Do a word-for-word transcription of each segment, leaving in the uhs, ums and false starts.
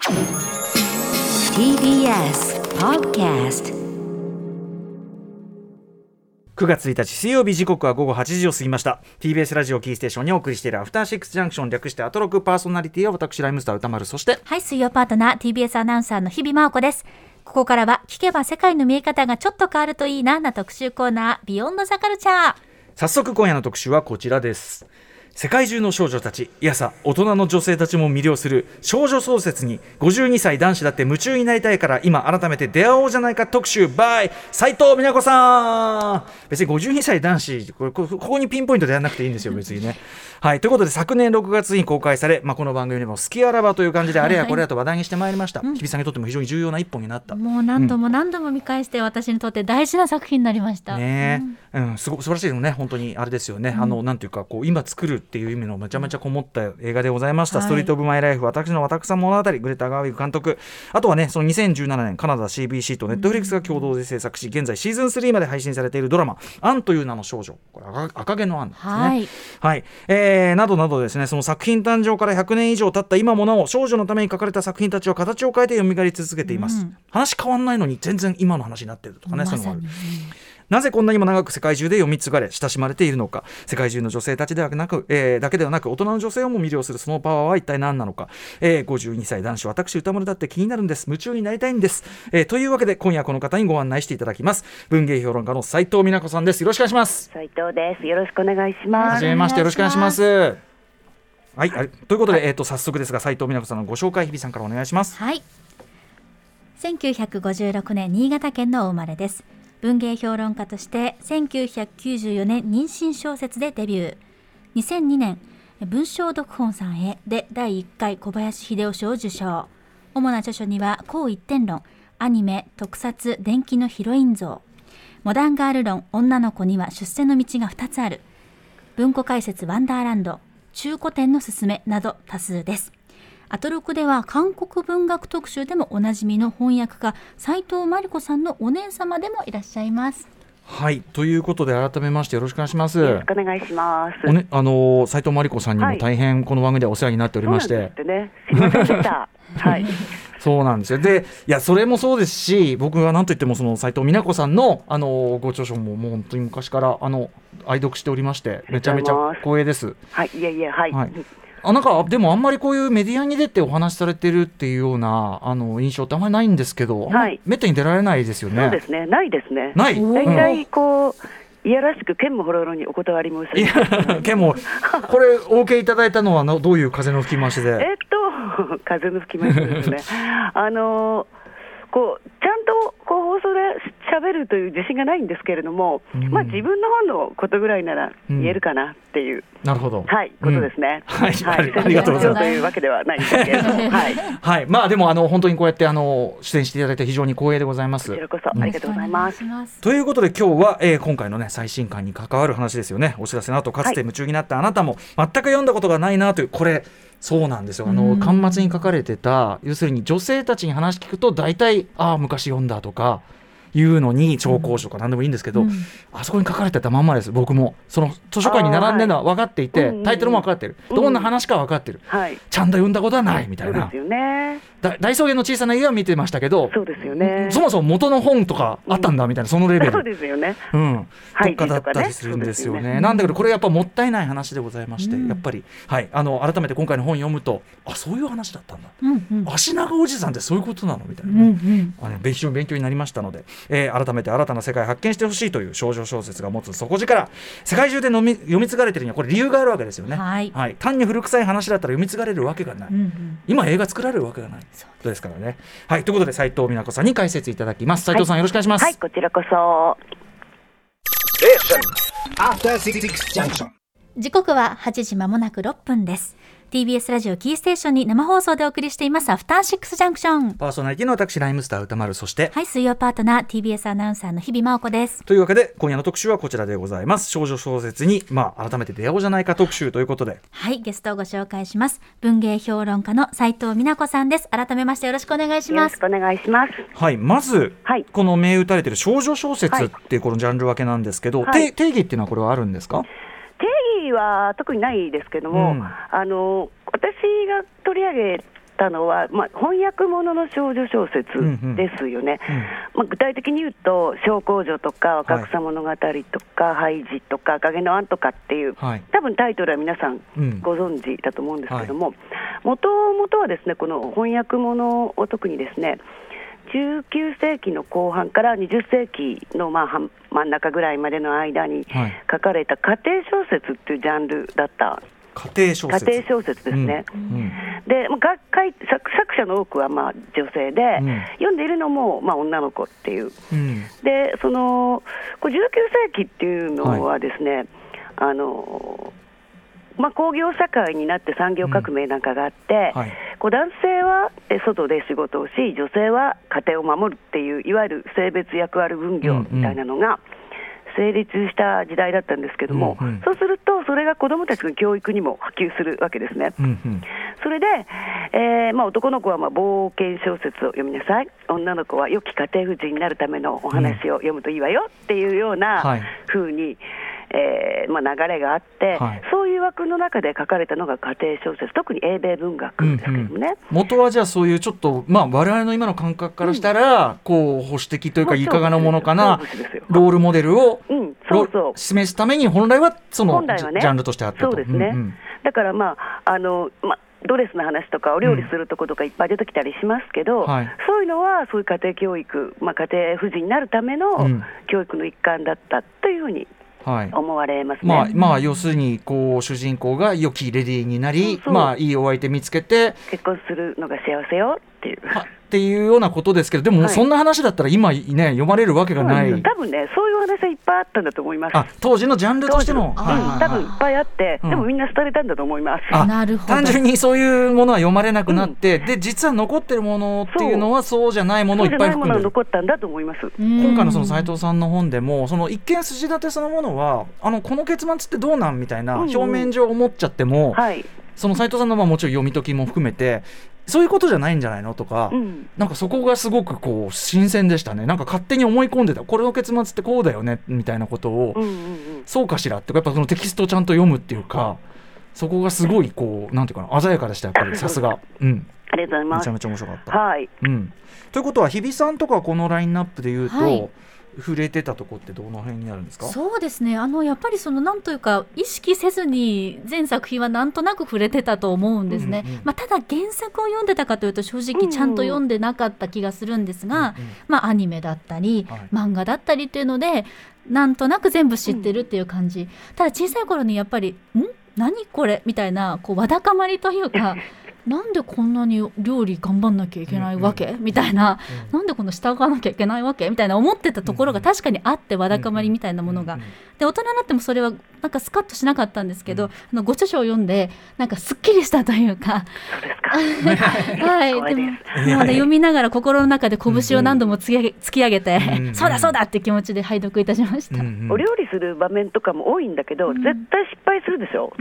ティービーエス Podcast。くがつついたち水曜日、時刻は午後はちじを過ぎました。 ティービーエス ラジオキーステーションにお送りしているアフターシックスジャンクション、略してアトロク。パーソナリティは私ライムスター歌丸、そしてはい、水曜パートナー ティービーエス アナウンサーの日々真央子です。ここからは聞けば世界の見え方がちょっと変わるといいなな特集コーナー、ビヨンドザカルチャー。 早速今夜の特集はこちらです。世界中の少女たち、いやさ大人の女性たちも魅了する少女小説にごじゅうにさい男子だって夢中になりたいから今改めて出会おうじゃないか特集 by 斉藤美奈子さん。別にごじゅうにさい男子 こ, れここにピンポイントでやらなくていいんですよ別にね。はい、ということで昨年ろくがつに公開され、まあ、この番組でも好きあらばという感じであれやこれやと話題にしてまいりました、はい、日比さんにとっても非常に重要な一本になった。 もう何度も何度も見返して私にとって大事な作品になりました、 ねうんうん、すご素晴らしいのね。本当にあれですよね、うん、あのなんていうかこう今作るっていう意味のめちゃめちゃこもった映画でございました、はい、ストリートオブマイライフ、私の私さん物語、グレタ・ガーウィグ監督。あとはねそのにせんじゅうななねんカナダ シービーシー とネットフリックスが共同で制作し、現在シーズンスリーまで配信されているドラマアンという名の少女、これ 赤, 赤毛のアンですね、はいはいえー、などなどですね、その作品誕生からひゃくねん以上経った今もなお少女のために書かれた作品たちは形を変えて蘇り続けています、うん、話変わんないのに全然今の話になっているとかね、ま、そういうのがある。なぜこんなにも長く世界中で読み継がれ親しまれているのか。世界中の女性たちではなく、えー、だけではなく大人の女性をも魅了するそのパワーは一体何なのか、えー、ごじゅうにさい男子私歌丸だって気になるんです、夢中になりたいんです、えー、というわけで今夜この方にご案内していただきます。文芸評論家の斉藤美奈子さんです。よろしくお願いします。 斉藤です。よろしくお願いします。 はじめましてよろしくお願いします。はい、ということで、えー、と早速ですが斉藤美奈子さんのご紹介日比さんからお願いします。 はい、せんきゅうひゃくごじゅうろくねん新潟県のお生まれです。文芸評論家としてせんきゅうひゃくきゅうじゅうよねん妊娠小説でデビュー。にせんにねん文章読本さんへでだいいっかい小林秀夫賞を受賞。主な著書には紅一点論、アニメ特撮伝記のヒロイン像、モダンガール論、女の子には出世の道がふたつある、文庫解説ワンダーランド、中古典のすすめなど多数です。アトロクでは韓国文学特集でもおなじみの翻訳家斉藤真理子さんのお姉様でもいらっしゃいます。 はい、ということで改めましてよろしくお願いします。 よろしくお願いします。 お、ね、あの斉藤真理子さんにも大変この番組でお世話になっておりまして、はい、 そうなんですってね、すいませんでしたはい、 そうなんですよ。でいやそれもそうですし、僕は何といってもその斉藤美奈子さんの、あのご著書ももう本当に昔からあの愛読しておりまして、めちゃめちゃ光栄です。 はい、いやいや、はい、はい、 あなんかでもあんまりこういうメディアに出てお話しされてるっていうようなあの印象ってあんまりないんですけど、はい、めったに出られないですよね。 そうですね、ないですね。 ない。 大体こう、うん、いやらしく剣もほろろにお断り申し上げます。 剣もこれお受けいただいたのはのどういう風の吹き回しで？ えっと風の吹き回しですね。あのこうちゃんとこう放送で喋るという自信がないんですけれども、うん、まあ自分の本のことぐらいなら言えるかなっていう、うん、 なるほど、 はい、ことですね、 うん、はい、 はい、 ありがとうございます。 というわけではないんですけれども、はい、 はい、まあでもあの本当にこうやってあの出演していただいて非常に光栄でございます。 こちらこそありがとうございます、うん、 ということで今日は、えー、今回のね最新刊に関わる話ですよね。お知らせの後かつて夢中になったあなたも、はい、全く読んだことがないなという、これそうなんですよ。あの巻末に書かれてた、要するに女性たちに話聞くと大体ああ昔読んだとかいうのに聴講書か何でもいいんですけど、うん、あそこに書かれてたまんまです。僕もその図書館に並んでるのは分かっていて、タイトルも分かってる、うん、どんな話か分かってる、はい、ちゃんと読んだことはないみたいな。 そうですよね。 だ大草原の小さな家は見てましたけど、 そうですよね、 そもそも元の本とかあったんだみたいな、うん、そのレベル、 そうですよね、 うん、とかだったりするんですよね。ねなんだけどこれやっぱもったいない話でございまして、うん、やっぱり、はい、あの改めて今回の本読むとあそういう話だったんだ、うんうん、足長おじさんってそういうことなのみたいな、ねうんうん、あの非常に勉強になりましたので、えー、改めて新たな世界を発見してほしいという少女小説が持つ底力、世界中でのみ読み継がれてるにはこれ理由があるわけですよね、はいはい、単に古臭い話だったら読み継がれるわけがない、うんうん、今映画作られるわけがないことですからね。はい、ということで斉藤美奈子さんに解説いただきます。斉藤さん、はい、よろしくお願いします。 はい、こちらこそ。 時刻ははちじまもなくろっぷんです。ティービーエス ラジオキーステーションに生放送でお送りしていますアフターシックスジャンクション。 パーソナリティの私ライムスター歌丸、そしてはい水曜パートナー ティービーエス アナウンサーの日々真央子です。 というわけで今夜の特集はこちらでございます。少女小説に、まあ、改めて出会おうじゃないか特集ということで、 はい、ゲストをご紹介します。文芸評論家の斉藤美奈子さんです。改めましてよろしくお願いします。 よろしくお願いします。 はい、まず、はい、この銘打たれている少女小説っていうこのジャンル分けなんですけど、はい、定義っていうのはこれはあるんですか？ 定義は特にないですけども、うん、あの私が取り上げたのは、まあ、翻訳物の少女小説ですよね、うんうん、まあ、具体的に言うと小公女とか若草物語とか、はい、ハイジとか影のアンとかっていう、はい、多分タイトルは皆さんご存知だと思うんですけども、もともとはですね、この翻訳物を特にですね、じゅうきゅうせいきの後半からにじゅっせいきのまあ真ん中ぐらいまでの間に書かれた家庭小説っていうジャンルだった。 家庭小説、 家庭小説ですね、うんうん、で、まあ、作, 作者の多くはまあ女性で、うん、読んでいるのもまあ女の子っていう、うん、でそのこうじゅうきゅうせいきっていうのはですね、はい、あのまあ、工業社会になって産業革命なんかがあって、うん、はい、こう男性は外で仕事をし女性は家庭を守るっていういわゆる性別役割分業みたいなのが成立した時代だったんですけども、うんうん、そうするとそれが子どもたちの教育にも波及するわけですね、うんうん、それで、えーまあ、男の子はまあ冒険小説を読みなさい、女の子は良き家庭婦人になるためのお話を読むといいわよっていうような風に、はい、えーまあ、流れがあって、はい、そういう枠の中で書かれたのが家庭小説、特に英米文学ですけどもね、うんうん、 元はじゃあそういうちょっと、まあ、我々の今の感覚からしたら、うん、こう保守的というかいかがなものかなロールモデルを、うん、そうそう示すために本来はその、ね、ジャンルとしてあったと。 そうですね、うんうん、だからまああの、まあドレスの話とかお料理するとことかいっぱい出てきたりしますけど、うん、はい、そういうのはそういう家庭教育、まあ、家庭婦人になるための教育の一環だったというふうに思われますね、 はい、まあまあ、要するにこう主人公が良きレディーになり、そうそう、まあ、いいお相手見つけて結婚するのが幸せよっていうっていうようなことですけど、でも、はい、そんな話だったら今、ね、読まれるわけがない。 多分ね、そういう話はいっぱいあったんだと思います。 あ、当時のジャンルとしての、 うん、多分いっぱいあって、うん、でもみんな廃れたんだと思います。 あ、なるほど。 単純にそういうものは読まれなくなって、うん、で実は残ってるものっていうのはそうじゃないものをいっぱい含んでる。そうじゃないものが残ったんだと思います。 今回のその斉藤さんの本でも、その一見筋立てそのものはあのこの結末ってどうなんみたいな、うんうん、表面上思っちゃっても、はい、その斉藤さんのまあもちろん読み解きも含めてそういうことじゃないんじゃないのとか、うん、なんかそこがすごくこう新鮮でしたね。なんか勝手に思い込んでた、これの結末ってこうだよねみたいなことを、うんうんうん、そうかしらってやっぱそのテキストをちゃんと読むっていうか、そこがすごいこうなんていうかな、鮮やかでしたやっぱり。さすが、うん、 ありがとうございます。 めちゃめちゃ面白かった、 はい、 うん、ということは日比さんとかこのラインナップでいうと、はい、触れてたとこってどの辺になるんですか？ そうですね、あのやっぱりそのなんというか意識せずに全作品はなんとなく触れてたと思うんですね、うんうん、まあ、ただ原作を読んでたかというと正直ちゃんと読んでなかった気がするんですが、うんうん、まあ、アニメだったり、はい、漫画だったりっていうのでなんとなく全部知ってるっていう感じ、うん、ただ小さい頃にやっぱりん何これみたいなこうわだかまりというかなんでこんなに料理頑張んなきゃいけないわけ、うんうん、みたいな、うん、なんでこの従わなきゃいけないわけみたいな思ってたところが確かにあって、わだかまりみたいなものが、うんうん、で大人になってもそれはなんかスカッとしなかったんですけど、うん、あのご著書を読んでなんかすっきりしたというか、はい、でももう、ね、読みながら心の中で拳を何度も突き上げ、突き上げて、うんうん、そうだそうだって気持ちで拝読いたしました、うんうん、 お料理する場面とかも多いんだけど、うん、絶対失敗するでしょ。 うん、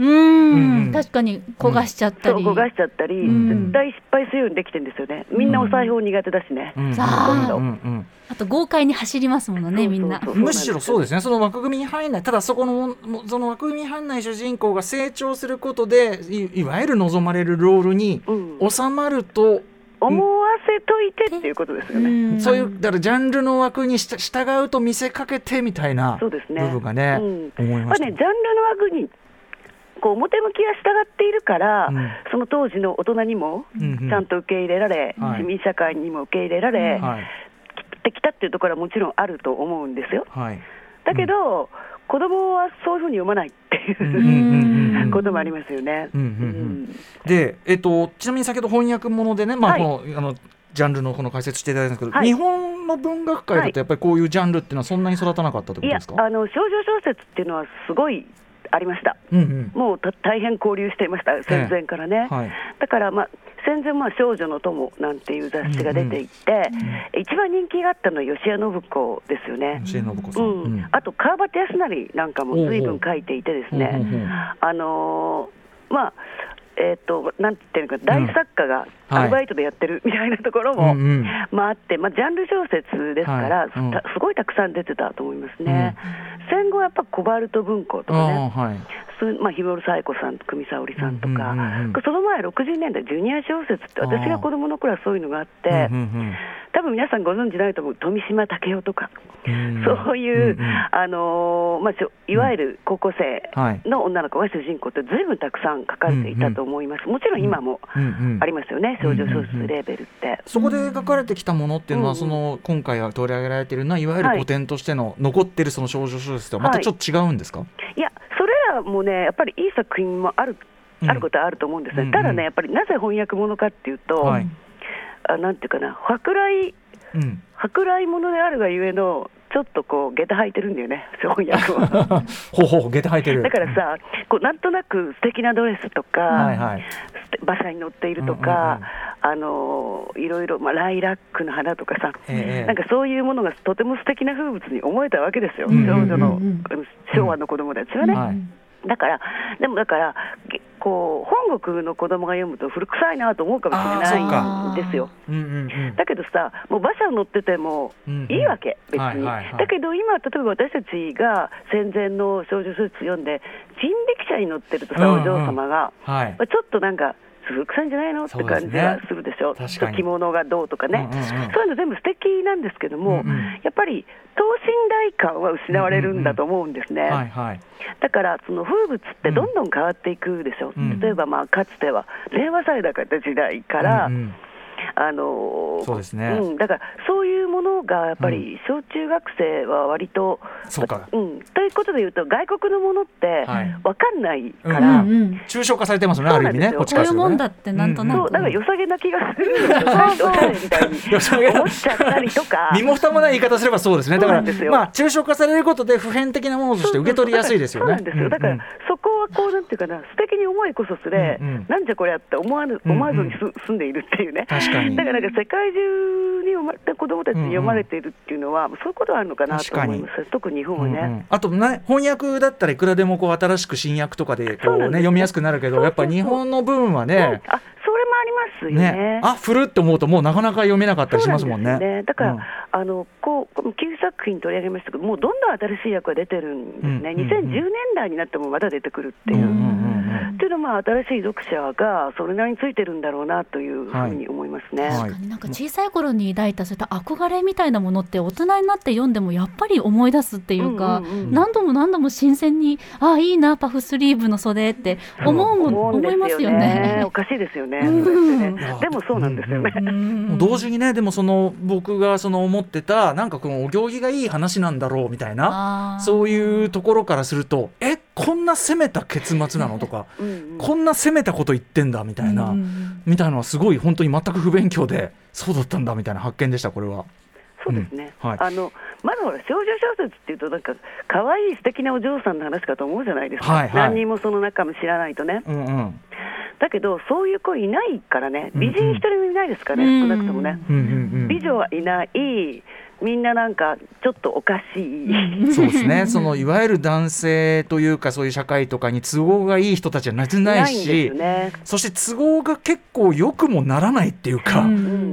うん、確かに焦がしちゃったり、 そう焦がしちゃったり、うん、絶対失敗するようにできてるんですよね。みんなお裁縫苦手だしね、うん、あ, うんうん、あと豪快に走りますものね、みんな。 むしろそうですね、その枠組みに入らない、ただそこのその枠組みに入らない主人公が成長することで い, いわゆる望まれるロールに収まると、うん、 思わせといてっていうことですよね、うん、 そういうだからジャンルの枠に従うと見せかけてみたいな部分が ね, ね、うん、思いました、 まあね、ジャンルの枠にこう表向きは従っているから、うん、その当時の大人にもちゃんと受け入れられ、うんうん、市民社会にも受け入れられ、はい、できたっていうところはもちろんあると思うんですよ、はい、だけど、うん、子供はそういうふうに読まないっていうこともありますよね。 で、えっと、ちなみに先ほど翻訳物でね、まあこの、はい、あのジャンルのこの解説していただいたんですけど、はい、日本の文学界だとやっぱりこういうジャンルっていうのはそんなに育たなかったってことですか？ いや、あの少女小説っていうのはすごいありました、うんうん、もう大変交流していました、戦前からね、えーはい、だから、まあ、戦前、まあ、少女の友なんていう雑誌が出ていて、うんうん、一番人気があったのは吉谷信子ですよね。 吉谷信子さん、うんうん、 あと川端康成なんかも随分書いていてですね、あのー、まあえー、となんていうのか大作家がアルバイトでやってるみたいなところも、 うんうんまあ、あって、まあ、ジャンル小説ですから、 はいうん、 たすごいたくさん出てたと思いますね、うん、戦後はやっぱコバルト文庫とかね、 はいまあ、日頃紗恵子さん、久美沙織さんとか、 うんうんうんうん、 その前ろくじゅうねんだいジュニア小説って私が子供の頃はそういうのがあって、うんうんうん、多分皆さんご存知ないと思う富島武雄とか、うん、そういう、うんうん、あのーまあ、いわゆる高校生の女の子が主人公ってずいぶんたくさん書かれていたと思います、うんうん、もちろん今もありますよね、少女小説レーベルって、うんうんうん、 そこで書かれてきたものっていうのは、うんうん、その今回は取り上げられているのはいわゆる古典としての残っているその少女小説とはまたちょっと違うんですか？はい、 いやそれらもねやっぱりいい作品もある、うん、あることはあると思うんですね、うんうん、ただねやっぱりなぜ翻訳ものかっていうと、はい、あなんていうかな舶来、うん、舶来ものであるがゆえのちょっとこう下駄履いてるんだよね翻訳はほうほう下駄履いてるだからさこうなんとなく素敵なドレスとか、はいはい、馬車に乗っているとか、うんうんうん、あのいろいろ、まあ、ライラックの花とかさ、えー、なんかそういうものがとても素敵な風物に思えたわけですよ、うんうんうん、少女の昭和の子供たちはね、うんはい、だからでもだからこう本国の子供が読むと古臭いなと思うかもしれないんですよ、うんうんうん、だけどさもう馬車乗っててもいいわけ、うんうん、別に、はいはいはい、だけど今例えば私たちが戦前の少女小説読んで人力車に乗ってるとさ、うんうん、お嬢様が、はい、ちょっとなんか古臭いんじゃないのって感じがするでしょ、ね、着物がどうとかね、うんうんうん、そういうの全部素敵なんですけども、うんうん、やっぱり等身大感は失われるんだと思うんですね、うんうんうんはいはい、だからその風物ってどんどん変わっていくでしょ、うん、例えばまあかつては令和祭だった時代から、うんうんあのーそうですねうん、だからそういうものがやっぱり小中学生は割と、 うんそうかうん、ということでいうと外国のものって分かんないから、 はいうんうん、抽象化されてますよねある意味ねこういうもんだってなんとなく、 うんうん、そうだから良さげな気がするんですよおしゃれみたいに思っちゃったりとか身も蓋もない言い方すればそうですねだからまあ抽象化されることで普遍的なものとして受け取りやすいですよねそうなんですよだから、うんうん、そこはこうなんていうかな素敵に思いこそすれ、うんうん、なんじゃこりゃって思わぬ思わずにす、うんうん、住んでいるっていうね確かにだからなんか世界中に生まれた子どもたちに読まれているっていうのは、うんうん、そういうことはあるのかなと思います特に日本はね、うんうん、 あとね翻訳だったらいくらでもこう新しく新訳とかでこう、ね、読みやすくなるけどやっぱり日本の部分はねあそれもありますよね、 ねあ古って思うともうなかなか読めなかったりしますもん ね, んねだから、うん、あのこうきゅうさく品取り上げましたけどもうどんどん新しい訳が出てるんですね、うんうんうん、にせんじゅうねんだいになってもまだ出てくるっていう、うんうんうん、っていうのはまあ新しい読者がそれなりについてるんだろうなというふうに思いますね、はい、 確かになんか小さい頃に抱いたそういった憧れみたいなものって大人になって読んでもやっぱり思い出すっていうか、うんうんうん、何度も何度も新鮮にああいいなパフスリーブの袖って思うも思いますよねおかしいですよね、うんでもそうなんですよね、うんうん、同時にねでもその僕がその思ってたなんかこのお行儀がいい話なんだろうみたいなそういうところからするとえこんな攻めた結末なのとかうん、うん、こんな攻めたこと言ってんだみたいな、うん、みたいなのはすごい本当に全く不勉強でそうだったんだみたいな発見でしたこれは。 そうですね、うんはい、あのまだほら少女小説っていうとなんか可愛い素敵なお嬢さんの話かと思うじゃないですか、はいはい、何人もその中も知らないとね、うんうん、だけどそういう子いないからね美人一人もいないですからね、うんうん、少なくともね、うんうんうん、美女はいないみんななんかちょっとおかしいそうですねそのいわゆる男性というかそういう社会とかに都合がいい人たちはなぜないしない、ね、そして都合が結構良くもならないっていうか、うん、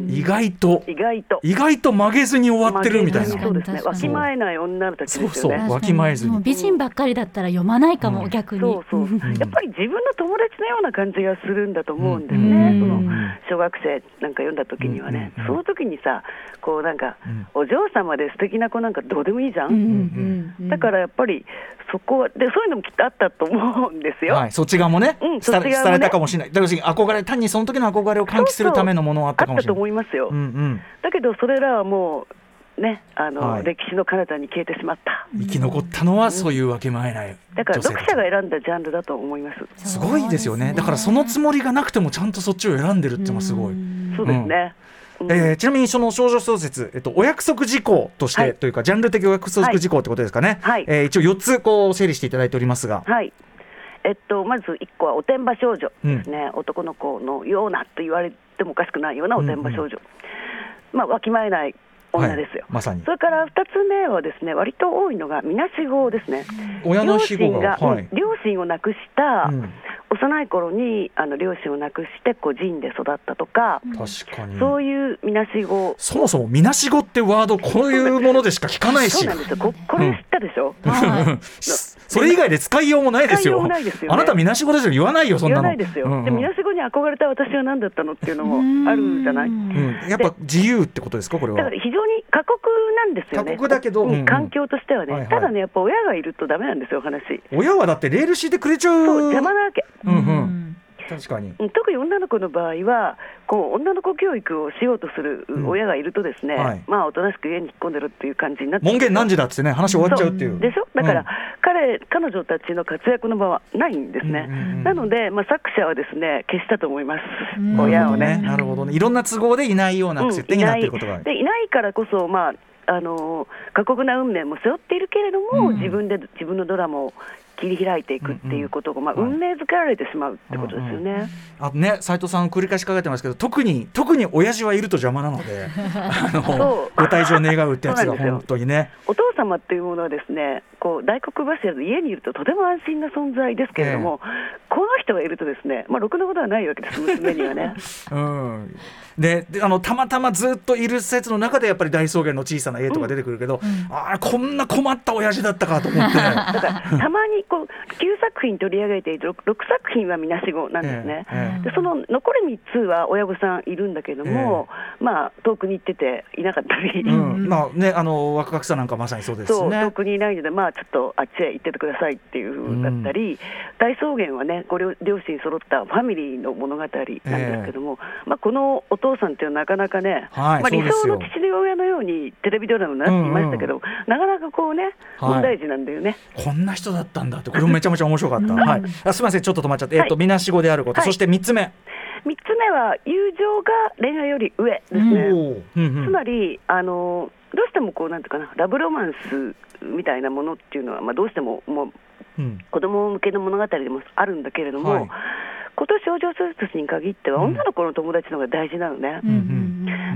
意外と意外と意外と曲げずに終わってるみたいなそうですねわきまえない女たちですよねそうそうわきまえずにもう美人ばっかりだったら読まないかも、うん、逆にそうそう、うん、やっぱり自分の友達のような感じがするんだと思うんですね、うん、その小学生なんか読んだ時にはね、うん、その時にさこうなんか、うん、お嬢様で素敵な子なんかどうでもいいじゃん、うんうんうん、だからやっぱりそこはでそういうのもきっとあったと思うんですよ、 はい、そっち側もね、うん、伝えたかもしれないだから憧れ単にその時の憧れを喚起するためのものはあったかもしれないそうそうあったと思いますよ、うんうん、だけどそれらはもうねあの、はい、歴史の彼方に消えてしまった生き残ったのはそういうわけまえない、うん、 だから読者が選んだジャンルだと思いますすごいですよねだからそのつもりがなくてもちゃんとそっちを選んでるっていうのはすごいそうですね、うんえー、ちなみにその少女小説、えっと、お約束事項として、はい、というかジャンル的お約束事項ってことですかね、はいえー、一応よっつこう整理していただいておりますが、 はいえっと、まずいっこはおてんば少女ですね、うん、男の子のようなと言われてもおかしくないようなおてんば少女、うんうんまあ、わきまえない女ですよ、はい、 まさにそれからふたつめはですね割と多いのがみなしごですね親の死後が、 両親が、はい、両親を亡くした幼い頃にあの両親を亡くしてこう寺院で育ったとか、 確かにそういうみなしご、 そもそもみなしごってワードこういうものでしか聞かないしそうなんですよ。 こ, これ知ったでしょ、 うん、それ以外で使いようもないですよ。 使いようもないですよね。 あなたみなしごですよ、言わないよそんなの。 言わないですよ、 うんうん、 でみなしごに憧れた私は何だったのっていうのもあるじゃない、うんうん、やっぱ自由ってことですかこれは。 だから非常に過酷なんですよね。 過酷だけど、 うんうん、環境としてはね、 はいはい、 ただねやっぱ親がいるとダメなんですよ話。 親はだってレール敷いてくれちゃう。 そう邪魔なわけ、 うんうん、確かに。 特に女の子の場合はこう女の子教育をしようとする親がいるとですね、うんはい、まあおとなしく家に引っ込んでるっていう感じになって、 門限何時だってね話終わっちゃうっていう。 でしょ。だから、うん、彼彼女たちの活躍の場はないんですね、うんうんうん、なので、まあ、作者はですね消したと思います、うん、親をね。 なるほどね。いろんな都合でいないような設定になっていることがある、 うん、いないでいないからこそ、まああの過酷な運命も背負っているけれども、うん、自分で自分のドラマを切り開いていくっていうことが、うんうんまあ、運命づけられてしまうってことですよね、はいうんうん、あね斉藤さん繰り返し考えてますけど特に特に親父はいると邪魔なのであのご退場願うってやつが本当にね。 お父様っていうものはですねこう大黒柱の家にいるととても安心な存在ですけれども、えー、この人がいるとですね、まあ、ろくなことはないわけです娘にはね、うん、 で, であのたまたまずっといる施設の中でやっぱり大草原の小さな家とか出てくるけど、うん、あこんな困った親父だったかと思ってだからたまにこうきゅうさく品取り上げていて ろく, ろくさく品はみなしごなんですね、えーえー、でその残りみっつは親御さんいるんだけども、えーまあ、遠くに行ってていなかったり、 うんまあね、あの若草なんかまさにそうですね。 そう遠くにいないので、まあ、ちょっとあっちへ行っててくださいっていう風だったり、うん、大草原はねご両親揃ったファミリーの物語なんですけども、えーまあ、このお父さんっていうのはなかなかね、はいまあ、理想の父親のようにテレビドラマになっていましたけど、うんうん、なかなかこうね問題児なんだよね、 はい、こんな人だったんだってこれもめちゃめちゃ面白かった、はい、あすみませんちょっと止まっちゃって、はいえー、とみなしごであること、はい、そしてみっつめみっつめは友情が恋愛より上ですね、うんうん、つまりあのどうしてもこうなんていうかなラブロマンスみたいなものっていうのは、まあ、どうしてももう、うん、子供向けの物語でもあるんだけれども、はい今年少女小説に限っては女の子の友達の方が大事なのね、うん、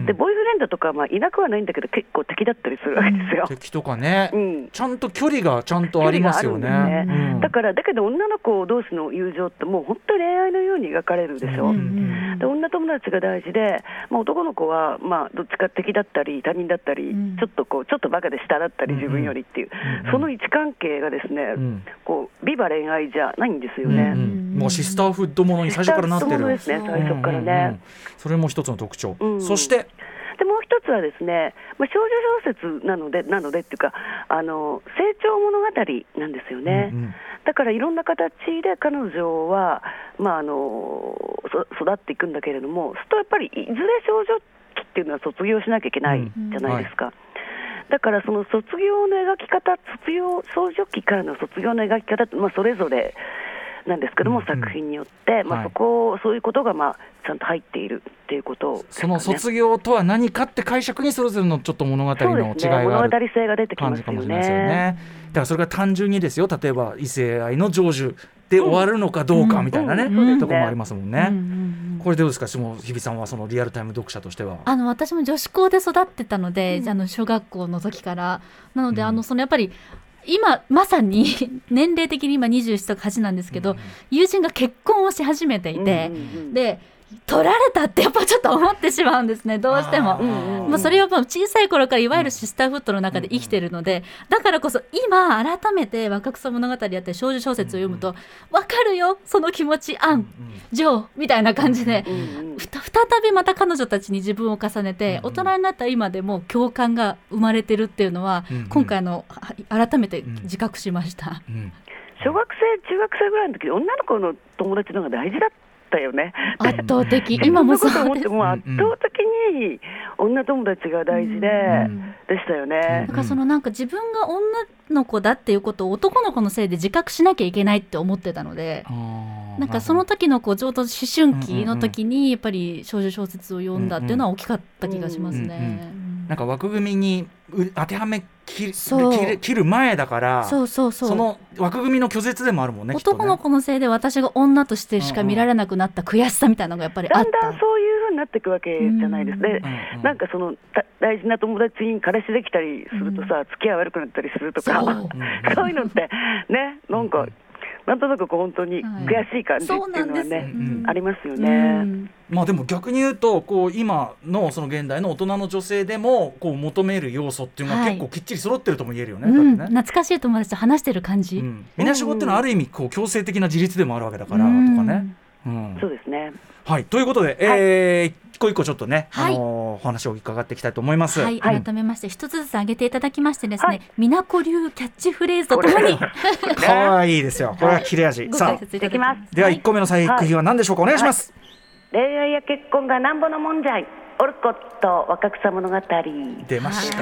でボーイフレンドとかまあいなくはないんだけど結構敵だったりするわけですよ、 うん、敵とかね、うん、ちゃんと距離がちゃんとありますよ ね, ね、 うん、だからだけど女の子同士の友情ってもう本当に恋愛のように描かれるでしょ、うん、で女友達が大事で、まあ、男の子はまあどっちか敵だったり他人だったり、うん、ちょっとこうちょっとバカで下だったり自分よりっていう、うん、その位置関係がですね、うん、こうビバ恋愛じゃないんですよね、うんうんもうシスターフッドものに最初からなってるですね、最初からね、うんうんうん、 それも一つの特徴、うん、そしてでもう一つはですね、まあ、少女小説なのでなのでっていうかあの成長物語なんですよね、うんうん、だからいろんな形で彼女は、まあ、あの育っていくんだけれどもするとやっぱりいずれ少女期っていうのは卒業しなきゃいけないじゃないですか、うんはいだからその卒業の描き方卒業少女期からの卒業の描き方って、まあ、それぞれなんですけども、うんうん、作品によって、まあ、そこ、はい、そういうことが、まあ、ちゃんと入っているっていうことを、ね、 その卒業とは何かって解釈にそれぞれのちょっと物語の違いがある、ね、 物語性が出てきますよ ね, よねだからそれが単純にですよ例えば異性愛の成就で終わるのかどうかみたいなね、うんうんうん、ところもありますもんね、うんうんうん、これどうですか日比さんはそのリアルタイム読者としては。 あの私も女子校で育ってたので、うん、あの小学校の時からなので、うん、あのそのやっぱり今まさに年齢的に今にじゅうななとかはちなんですけど、うん、友人が結婚をし始めていて、うんうんうん、で取られたってやっぱちょっと思ってしまうんですねどうしても、まあ、それはもう小さい頃からいわゆるシスターフッドの中で生きてるのでだからこそ今改めて若草物語やって少女小説を読むと分かるよその気持ちアン、ジョーみたいな感じで再びまた彼女たちに自分を重ねて大人になった今でも共感が生まれてるっていうのは今回の改めて自覚しました。 小学生中学生ぐらいの時女の子の友達の方が大事だったよね圧倒的今もそうですもう圧倒的に女友達が大事で、うん、でしたよね。 だからそのなんか自分が女の子だっていうことを男の子のせいで自覚しなきゃいけないって思ってたのでなんかその時のこうちょうど思春期の時にやっぱり少女小説を読んだっていうのは大きかった気がしますね、うんうんうん、 なんか枠組みに当てはめ切 る, 切, る切る前だからそうそうそうその枠組みの拒絶でもあるもんね男の子のせいで私が女としてしか見られなくなった悔しさみたいなのがやっぱりあった、 だんだんそういう風になっていくわけじゃないですね、うんうん、なんかその大事な友達に彼氏できたりするとさ、うん、付き合い悪くなったりするとか そう, そういうのってねなんかなんとなくこう本当に悔しい感じっていうのはね、はい、ね、うん、ありますよね、うん、 まあ、でも逆に言うとこう今 の, その現代の大人の女性でもこう求める要素っていうのは結構きっちり揃ってるとも言えるよね、はい、 うん、 ね、 懐かしい友達と話してる感じ、うん、 みなしごっていうのはある意味こう強制的な自立でもあるわけだから、うん、とかね、 うん、そうですね。 はい、ということで、はい、えー、一個一個ちょっとね、 はい、 あのー、お話を伺っていきたいと思います。 はい、改めまして一つずつ挙げていただきましてですね、はい、みなこ流キャッチフレーズとともにかわいいですよ、これは切れ味、はい、さあできます。 ではいっこめの作品は何でしょうか、はい、お願いします。 はい、恋愛や結婚がなんぼのもんじゃい、オルコット若草物語、 出ました。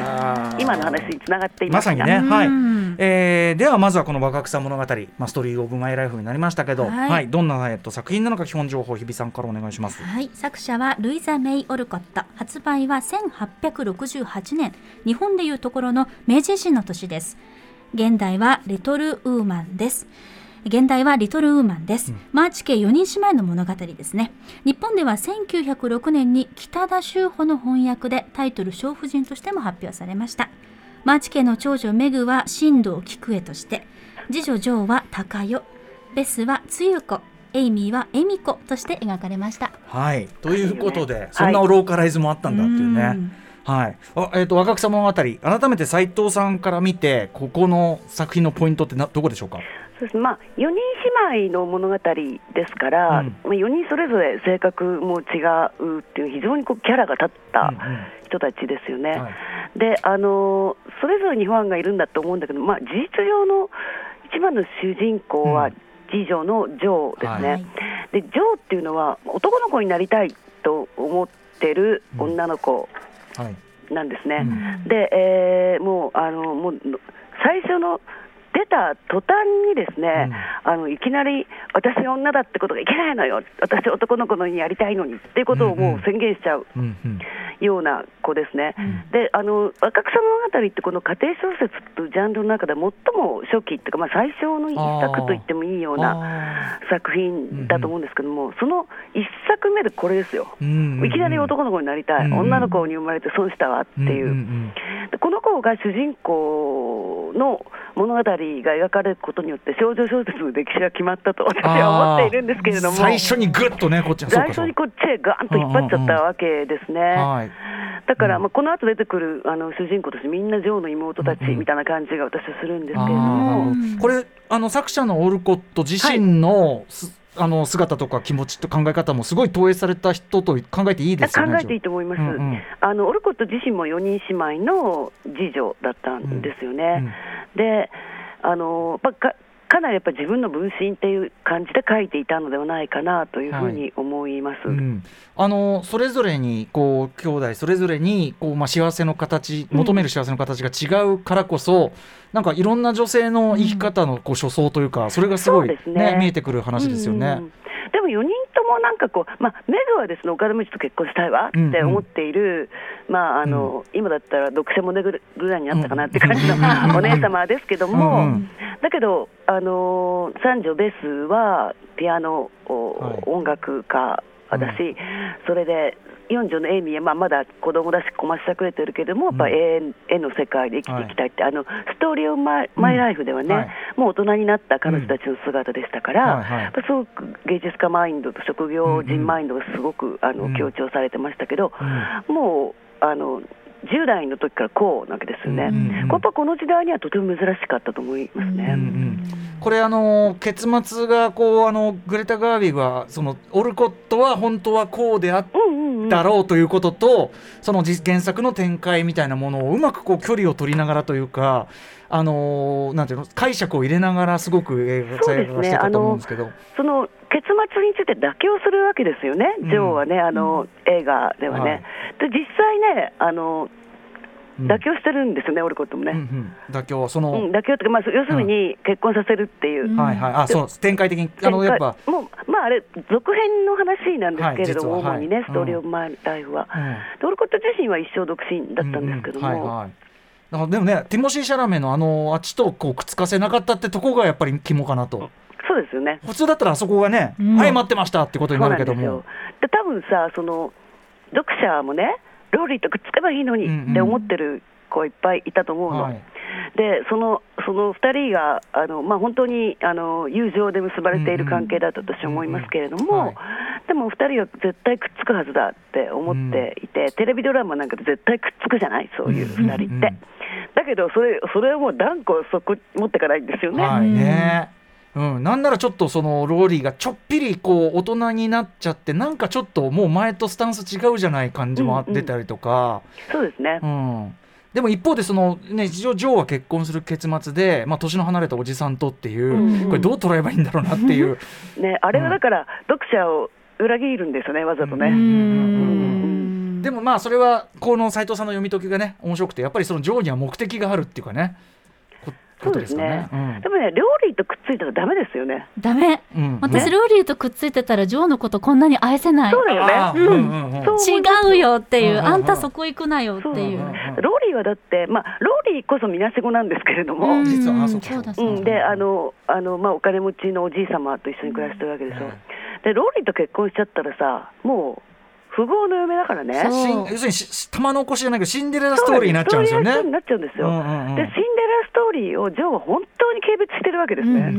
今の話につながっていますまさにね、はい、えー、ではまずはこの若草物語、まあ、ストーリーオブマイライフになりましたけど、はいはい、どんな、えっと、作品なのか基本情報日比さんからお願いします。 はい、作者はルイザ・メイ・オルコット、発売はせんはっぴゃくろくじゅうはちねん、日本でいうところの明治維新の年です。現代はリトルウーマンです。現代はリトルウーマンです、うん、マーチ家よにん姉妹の物語ですね。日本ではせんきゅうひゃくろくねんに北田秋穂の翻訳でタイトル小婦人としても発表されました。マーチ家の長女メグは新藤菊江として、次女ジョーは高代、ベスはつゆ子、エイミーはエミ子として描かれました。 はい、ということで、はい、そんなローカライズもあったんだっていうね、はい、はい、あ、えー、と若草物語、改めて斉藤さんから見てここの作品のポイントってなどこでしょうか。 そうです、まあ、よにん姉妹の物語ですから、うん、よにんそれぞれ性格も違うっていう非常にこうキャラが立った人たちですよね、うんうん、はい、で、あのそれぞれにファンがいるんだと思うんだけど、まあ、事実上の一番の主人公は次女のジョーですね、うん、はい、でジョーっていうのは男の子になりたいと思ってる女の子なんですね、うんはい、で、えー、もうあのもう最初の出た途端にですね、うん、あのいきなり私が女だってことがいけないのよ、私男の子のにやりたいのにっていうことをもう宣言しちゃうような子ですね、うんうん、で、あの若草物語ってこの家庭小説というジャンルの中で最も初期っていうか、まあ、最初の一作と言ってもいいような作品だと思うんですけども、その一作目でこれですよ、うんうん、いきなり男の子になりたい、うんうん、女の子に生まれて損したわっていう、うんうん、でこの子が主人公の物語が描かれることによって少女小説の歴史が決まったと私は思っているんですけれども、 最初にグッとね、こっち最初にこっちへガーンと引っ張っちゃったわけですね、うんうんうん、はい、だから、まあ、この後出てくるあの主人公としてみんなジョーの妹たちみたいな感じが私はするんですけれども、うんうん、 これあの作者のオルコット自身の、はい、あの姿とか気持ちと考え方もすごい投影された人と考えていいですよね。 考えていいと思います、うんうん、あのオルコット自身もよにん姉妹の次女だったんですよね、うんうん、であのか, かなりやっぱり自分の分身っていう感じで書いていたのではないかなというふうに思います、はい、うん、 あのそれぞれにこう兄弟それぞれにこう、まあ、幸せの形求める幸せの形が違うからこそ、うん、なんかいろんな女性の生き方のこう初想というか、それがすごい、ねね、見えてくる話ですよね、うんうん、 でもよにんともなんかこう、まあ、メグはですね岡田鞭と結婚したいわって思っている、うんうん、まああのうん、今だったら読者もねぐらいになったかなって感じのお姉様ですけども、うんうん、だけどあの三女ベスはピアノ、はい、音楽家だし、うん、それで四女のエイミーは、まあ、まだ子供だしこましさくれてるけども、やっぱ絵の世界で生きていきたいって、はい、あのストーリーオブマイ、マイライフではね、うんはい、もう大人になった彼女たちの姿でしたから、うんはいはい、やっぱすごく芸術家マインドと職業人マインドがすごくあの強調されてましたけど、うん、もうあのじゅう代の時からこうなわけですよね、うんうんうん、やっぱこの時代にはとても珍しかったと思いますね、うんうん、 これあの結末がこうあのグレタ・ガービーがそのオルコットは本当はこうであったろうということと、うんうんうん、その原作の展開みたいなものをうまくこう距離を取りながらというか、あのー、なんていうの解釈を入れながらすごく映画化してたと思うんですけど、 その結末について妥協するわけですよね、ジョーはね、あの、うん、映画ではね、はい、で実際ねあの妥協してるんですよね、うん、オルコットもね、うんうん、 妥協その、 うん、妥協って、まあ、要するに結婚させるっていう、うん、 はいはい、あそう展開的にあのやっぱもう、まあ、あれ続編の話なんですけれども、はい、主にね、はい、ストーリーオブマイライフは、うん、でオルコット自身は一生独身だったんですけども、うんうんはいはい、 だからでもねティモシー・シャラメのあのあっちとこうくっつかせなかったってとこがやっぱり肝かなと。 そうですよね、 普通だったらあそこがね、うん、はい待ってましたってことになるけども、そうなんですよ。 で多分さその読者もねローリーとくっつけばいいのにって思ってる子いっぱいいたと思うの、はい、 でそのそのふたりがあの、まあ、本当にあの友情で結ばれている関係だと私は思いますけれども、 うんうんはい、 でもふたりは絶対くっつくはずだって思っていて、うん、テレビドラマなんかで絶対くっつくじゃない、そういうふたりって、うんうんうん、だけどそれそれはもう断固そこ持っていかないんですよね。 はいね、うん、なんならちょっとそのローリーがちょっぴりこう大人になっちゃってなんかちょっともう前とスタンス違うじゃない感じも出たりとか、 うんうん、そうですね、 うん、でも一方でその、ね、一応ジョーは結婚する結末で、まあ、年の離れたおじさんとっていう、うんうん、これどう捉えばいいんだろうなっていう、 ね、あれはだから、うん、読者を裏切るんですよね、わざとね。うんうん、 でもまあそれはこの斉藤さんの読み解きがね面白くて、やっぱりそのジョーには目的があるっていうかね、 そうですね、うん、でもね、ローリーとくっついたらダメですよね。 ダメ、うん、私、ね、ローリーとくっついてたらジョーのことこんなに愛せない。 そうだよね、うんうんうん、 違うよっていう、うんうんうん、あんたそこ行くなよっていう、うんうんうん、 ローリーはだって、まあ、ローリーこそみなしごなんですけれども、 実はあそうそうそう、うん、であのあの、まあ、お金持ちのおじい様と一緒に暮らしてるわけでしょ、うん、でローリーと結婚しちゃったらさ、もう富豪の嫁だからね。 要するに玉の腰じゃないけどシンデレラストーリーになっちゃうんですよね。 ストーリーになっちゃうんですよ、うんうんうん、でシンデレラストーリーをジョーは本当に軽蔑してるわけですね、うんうんうん、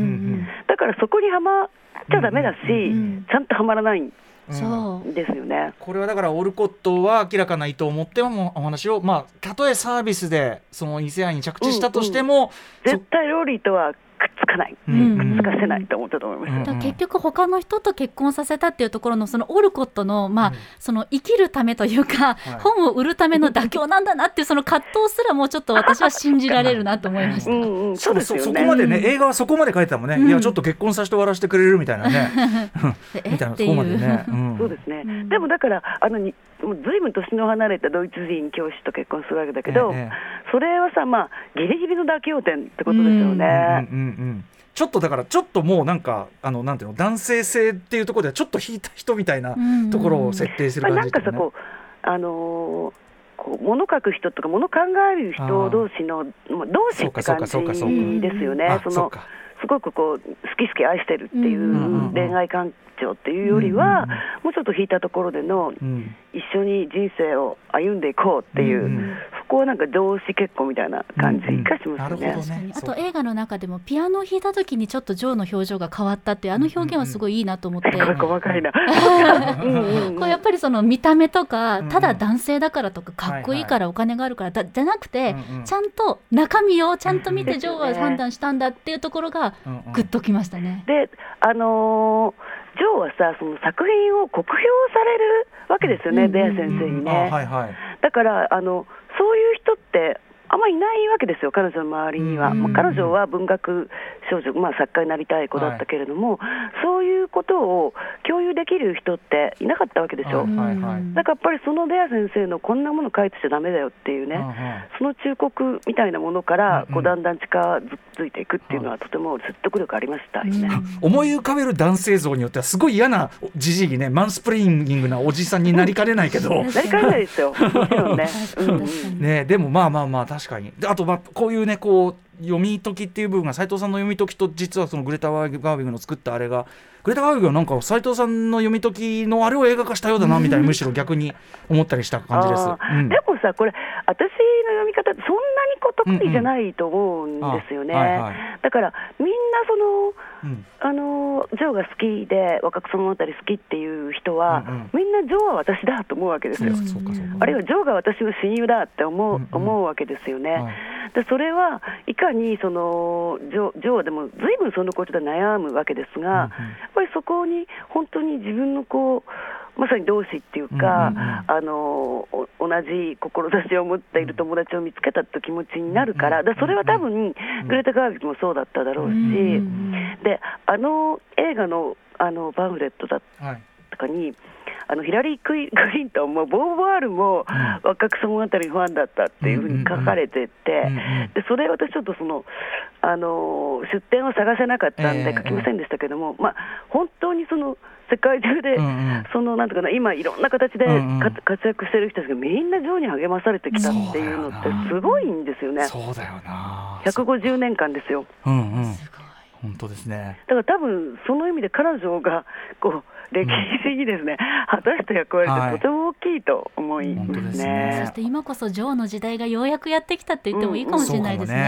だからそこにはまっちゃダメだし、うんうんうん、ちゃんとはまらないんですよね、うん、 これはだからオルコットは明らかな意図を持ってもお話を、まあ、たとえサービスでその異性愛に着地したとしても、うんうん、 絶対ローリーとはくっつかない、うん、くっつかせないと思ったと思います、うんうん、 だ結局他の人と結婚させたっていうところのそのオルコットの、まあうん、その生きるためというか、はい、本を売るための妥協なんだなっていうその葛藤すらもうちょっと私は信じられるなと思いましたうん、 うん、そうですよね、 そこまでね、映画はそこまで書いてたもんね、うん、いやちょっと結婚させて終わらせてくれるみたいなねみたいな、そこまでね、うん、 そうですね、うん、でもだからあのにもうずいぶん年の離れたドイツ人教師と結婚するわけだけど、ええ、それはさ、まあ、ギリギリの妥協点ってことですよね、うんうんうんうんちょっとだからちょっともうなんかあのなんていうの男性性っていうところではちょっと引いた人みたいなところを設定する感じ、ね、 なんかさこうあのー、こう物書く人とか物考える人同士の同士って感じですよね。そのすごくこう好き好き愛してるっていう恋愛感情っていうよりは、もうちょっと引いたところでの一緒に人生を歩んでいこうっていう、そこはなんか同志結婚みたいな感じがしますね。 ねあと映画の中でもピアノを弾いた時にちょっとジョーの表情が変わったっていうあの表現はすごいいいなと思って、 細かいなこうやっぱりその見た目とかただ男性だからとかかっこいいからお金があるからだじゃなくて、ちゃんと中身をちゃんと見てジョーは判断したんだっていうところがグッときましたね。 であのージョーはさその作品を酷評されるわけですよね、うん、ベア先生にね、はいはい、だからあのそういう人ってあんまりいないわけですよ、彼女の周りには、うんまあ、彼女は文学少女、まあ、作家になりたい子だったけれども、はい、そういうことを共有できる人っていなかったわけでしょ、はいはい、だからやっぱりそのベア先生のこんなもの書いてちゃダメだよっていうね、うん、その忠告みたいなものからこうだんだん近づいていくっていうのはとても説得力ありましたよね、 うん、思い浮かべる男性像によってはすごい嫌なじじいにねマンスプレイングなおじさんになりかねないけどなりかねないですよもちろんね、うんうん、 ねでもまあまあまあ確かにであとまあこういうねこう読み解きっていう部分が斉藤さんの読み解きと実はそのグレタ・ガーウィグの作ったあれがグレタ・ガーウィグはなんか斉藤さんの読み解きのあれを映画化したようだなみたいなむしろ逆に思ったりした感じです、うん、 でもさこれ私の読み方ってそんなにこう得意じゃないと思うんですよね、うんうんはいはい、だからみんなその、うん、あのジョーが好きで若草物語好きっていう人は、うんうん、みんなジョーは私だと思うわけですよ、うん、あるいはジョーが私の親友だって思う、うんうん、思うわけですよね、はい、でそれはいかにそのジョ、ジョーはでもずいぶんそのことで悩むわけですが、うんうん、やっぱりそこに本当に自分のこうまさに同志っていうか、うんうんうん、あの同じ志を持っている友達を見つけたという気持ちになるから、だそれは多分グレタ・ガーウィグもそうだっただろうし、うんうん、であの映画の、あのパンフレットだったかに、はい、あのヒラリー・クリントンもボーヴォワールも若草物語ファンだったっていうふうに書かれてて、でそれ私ちょっとそのあの出典を探せなかったんで書きませんでしたけども、まあ、本当にその世界中で、うんうん、そのなんとかな今いろんな形で、うんうん、活躍してる人たちがみんなジョーに励まされてきたっていうのってすごいんですよね。 そうだよな。 ひゃくごじゅうねんかんですよ。 うんうん、本当ですね。 だから多分その意味で彼女がこう歴史にですね、うん、果たした役割ってとても大きいと思いますね、 はい、そして今こそジョーの時代がようやくやってきたって言ってもいいかもしれないですね、うんうん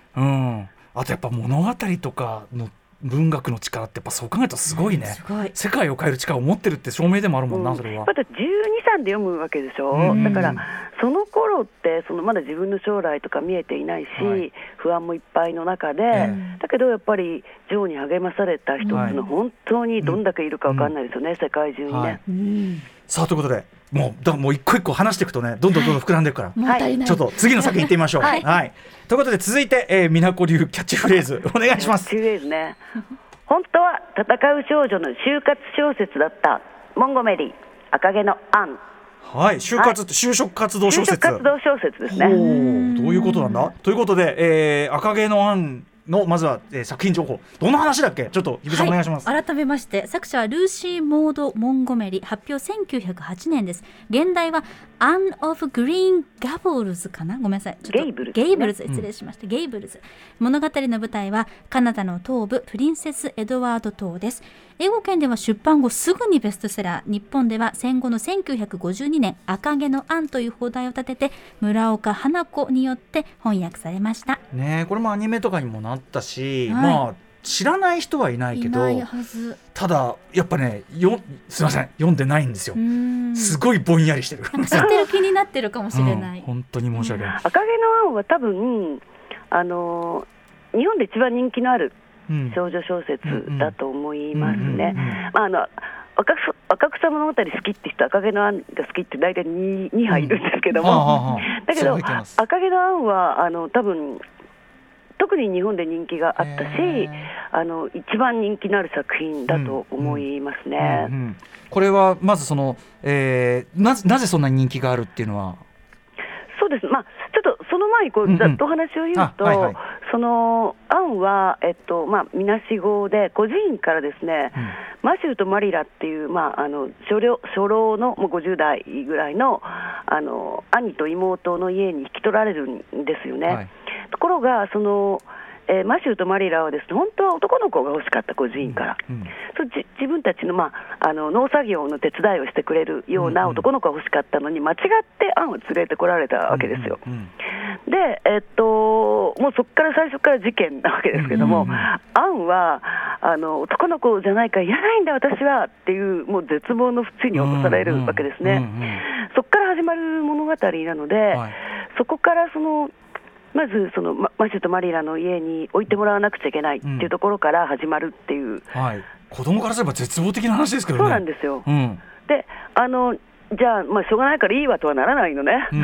うん、あとやっぱ物語とかの文学の力ってやっぱそう考えるとすごいね、 すごい世界を変える力を持ってるって証明でもあるもんな、 うん、 それはまたじゅうに、さんで読むわけでしょ、 うんうんうん、 だからその頃ってそのまだ自分の将来とか見えていないし、はい、不安もいっぱいの中で、えー、だけどやっぱりジョーに励まされた人っていうのは本当にどんだけいるか分かんないですよね、うん、世界中にね、はい、うん、 さあということでもうだもう一個一個話していくとねどんどんどんどん膨らんでいくから、はい、ちょっと次の作品行ってみましょう、はいはい、ということで続いて、えー、美奈子流キャッチフレーズお願いします。 キャッチフレーズね本当は戦う少女の就活小説だったモンゴメリー赤毛のアン、 はい、就活、はい、就職活動小説、 就職活動小説ですね。 おどういうことなんだということで、えー、赤毛のアンのまずは、えー、作品情報どんな話だっけちょっと日比さんお願いします、 はい、改めまして作者はルーシー・モード・モンゴメリ、発表せんきゅうひゃくはちねんです。現代はアン・オフ・グリーン・ガボルズかな、ごめんなさいちょっとゲイブルズ、ね、 ゲイブルズ失礼しました、うん、ゲイブルズ。物語の舞台はカナダの東部プリンセスエドワード島です。英語圏では出版後すぐにベストセラー、日本では戦後のせんきゅうひゃくごじゅうにねん赤毛のアンという邦題を立てて村岡花子によって翻訳されましたね。これもアニメとかにもなったし、はい、まあ知らない人はいないけど、 いないはず。 ただやっぱねよすいません読んでないんですよ。すごいぼんやりしてる。 なんか知ってる気になってるかもしれない、 うん、本当に申し訳ない。 赤毛のアンは多分あの日本で一番人気のある少女小説だと思いますね。若草物語好きって人、赤毛のアンが好きって大体 2, にはいるんですけども、うんはあはあ、だけど赤毛のアンはあの多分特に日本で人気があったし、あの一番人気のある作品だと思いますね、うんうんうん、 これはまずその、えー、な, なぜそんなに人気があるっていうのは。 そうです、まあ、ちょっとその前にこうざっとお話を言うと、うんうんはいはい、その案は、えっとまあ、みなしごで孤児院からですね、うん、マシューとマリラっていう、まあ、あの初老、初老のもうごじゅう代ぐらい の, あの兄と妹の家に引き取られるんですよね、はい、ところがそのえー、マシューとマリラはですね本当は男の子が欲しかった孤児院から、うんうん、そじ自分たちの、まあ、あの農作業の手伝いをしてくれるような男の子が欲しかったのに間違ってアンを連れてこられたわけですよ、うんうんうん、で、えー、っともうそこから最初から事件なわけですけども、うんうんうん、アンはあの男の子じゃないからいらないんだ私はっていうもう絶望の淵に落とされるわけですね、うんうんうんうん、そこから始まる物語なので、はい、そこからそのまずそのマシューとマリラの家に置いてもらわなくちゃいけないっていうところから始まるっていう、うんはい、子供からすれば絶望的な話ですけどね。 そうなんですよ、 うん、 であのじゃあ、まあ、しょうがないからいいわとはならないのね、うんうん、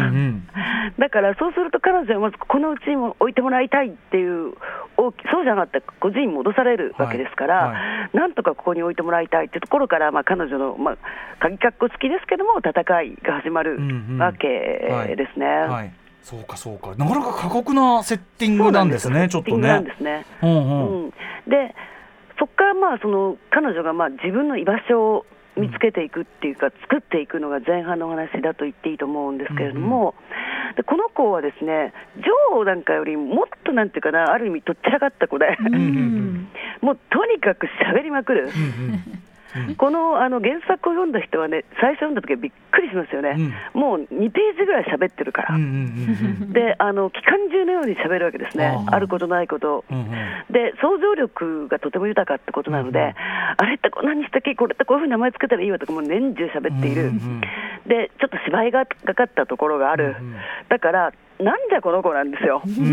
だからそうすると彼女はまずこのうちにも置いてもらいたいっていう大きそうじゃなかった孤児院に戻されるわけですから、はいはい、なんとかここに置いてもらいたいっていうところから、まあ、彼女の、まあ、鍵かっこ好きですけども戦いが始まるわけですね、うんうんはいはいそうかそうかなかなか過酷なセッティングなんですね。ちょっとね。 なんですね。うんうんうん、でそこからまあその彼女がまあ自分の居場所を見つけていくっていうか、うん、作っていくのが前半のお話だと言っていいと思うんですけれども、うんうん、でこの子はですねジョーなんかよりもっとなんていうかなある意味とっちらかった子で、うんうん、もうとにかく喋りまくる。うんうんこ の, あの原作を読んだ人はね最初読んだ時はびっくりしますよね、うん、もうにページぐらい喋ってるから、うんうんうん、であの機関銃のように喋るわけですね あ, あることないこと、うんうん、で想像力がとても豊かってことなので、うんうん、あれってこんなにしたっけこれってこういうふうに名前つけたらいいわとかもう年中喋っている、うんうん、でちょっと芝居がかかったところがある、うんうん、だからなんじゃこの子なんですよ、うんうんうん、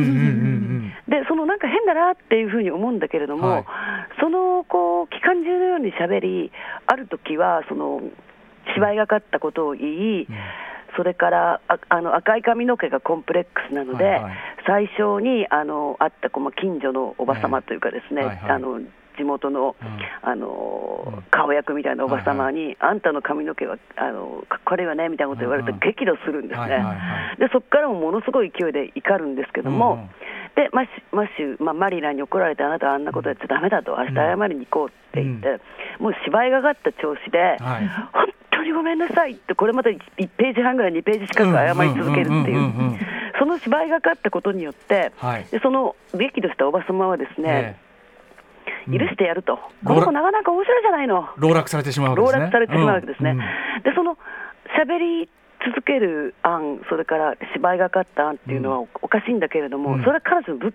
でそのなんか変だなっていうふうに思うんだけれども、はい、そのこう機関銃のように喋りある時はその芝居がかったことを言い、うん、それからああの赤い髪の毛がコンプレックスなので、はいはい、最初にあの会ったこう近所のおば様というかですね、はいはいはい、あの地元の、うん、あの、うん、顔役みたいなおば様に、はいはい、あんたの髪の毛はあのかっこ悪いわねみたいなこと言われて激怒するんですね、はいはいはい、でそこからもものすごい勢いで怒るんですけども、うんうん、でマシマシュ、まあ、マリラに怒られてあなたはあんなことやっちゃダメだと明日謝りに行こうって言って、うん、もう芝居がかった調子で、はい、本当にごめんなさいってこれまたいちページはんぐらいにページ近く謝り続けるっていうその芝居がかったことによって、はい、でその激怒したおば様はですね、えー許してやると、うん、この子なかなか面白いじゃないの籠絡されてしまうわけですね籠絡されてしまうわけですね、うんうん、でその喋り続ける案それから芝居がかった案っていうのはおかしいんだけれども、うん、それは彼女の武器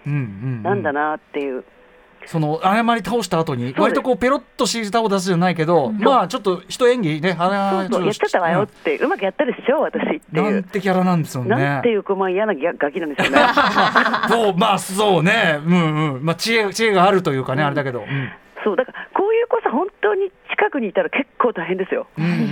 なんだなっていう。 その謝り倒した後に割とこうペロッと舌を出すじゃないけど、まあちょっと一演技ね、 そうそうやってたわよって、うまくやったでしょ私っていう、 なんてキャラなんですよね。 なんていうまあ嫌なガキなんですよね。 そうまあそうね、うんうん、まあ知恵知恵があるというかね、うん、あれだけど、うん、 そうだからこういう子さ本当に近くにいたら結構大変ですよ。 うんうんうん、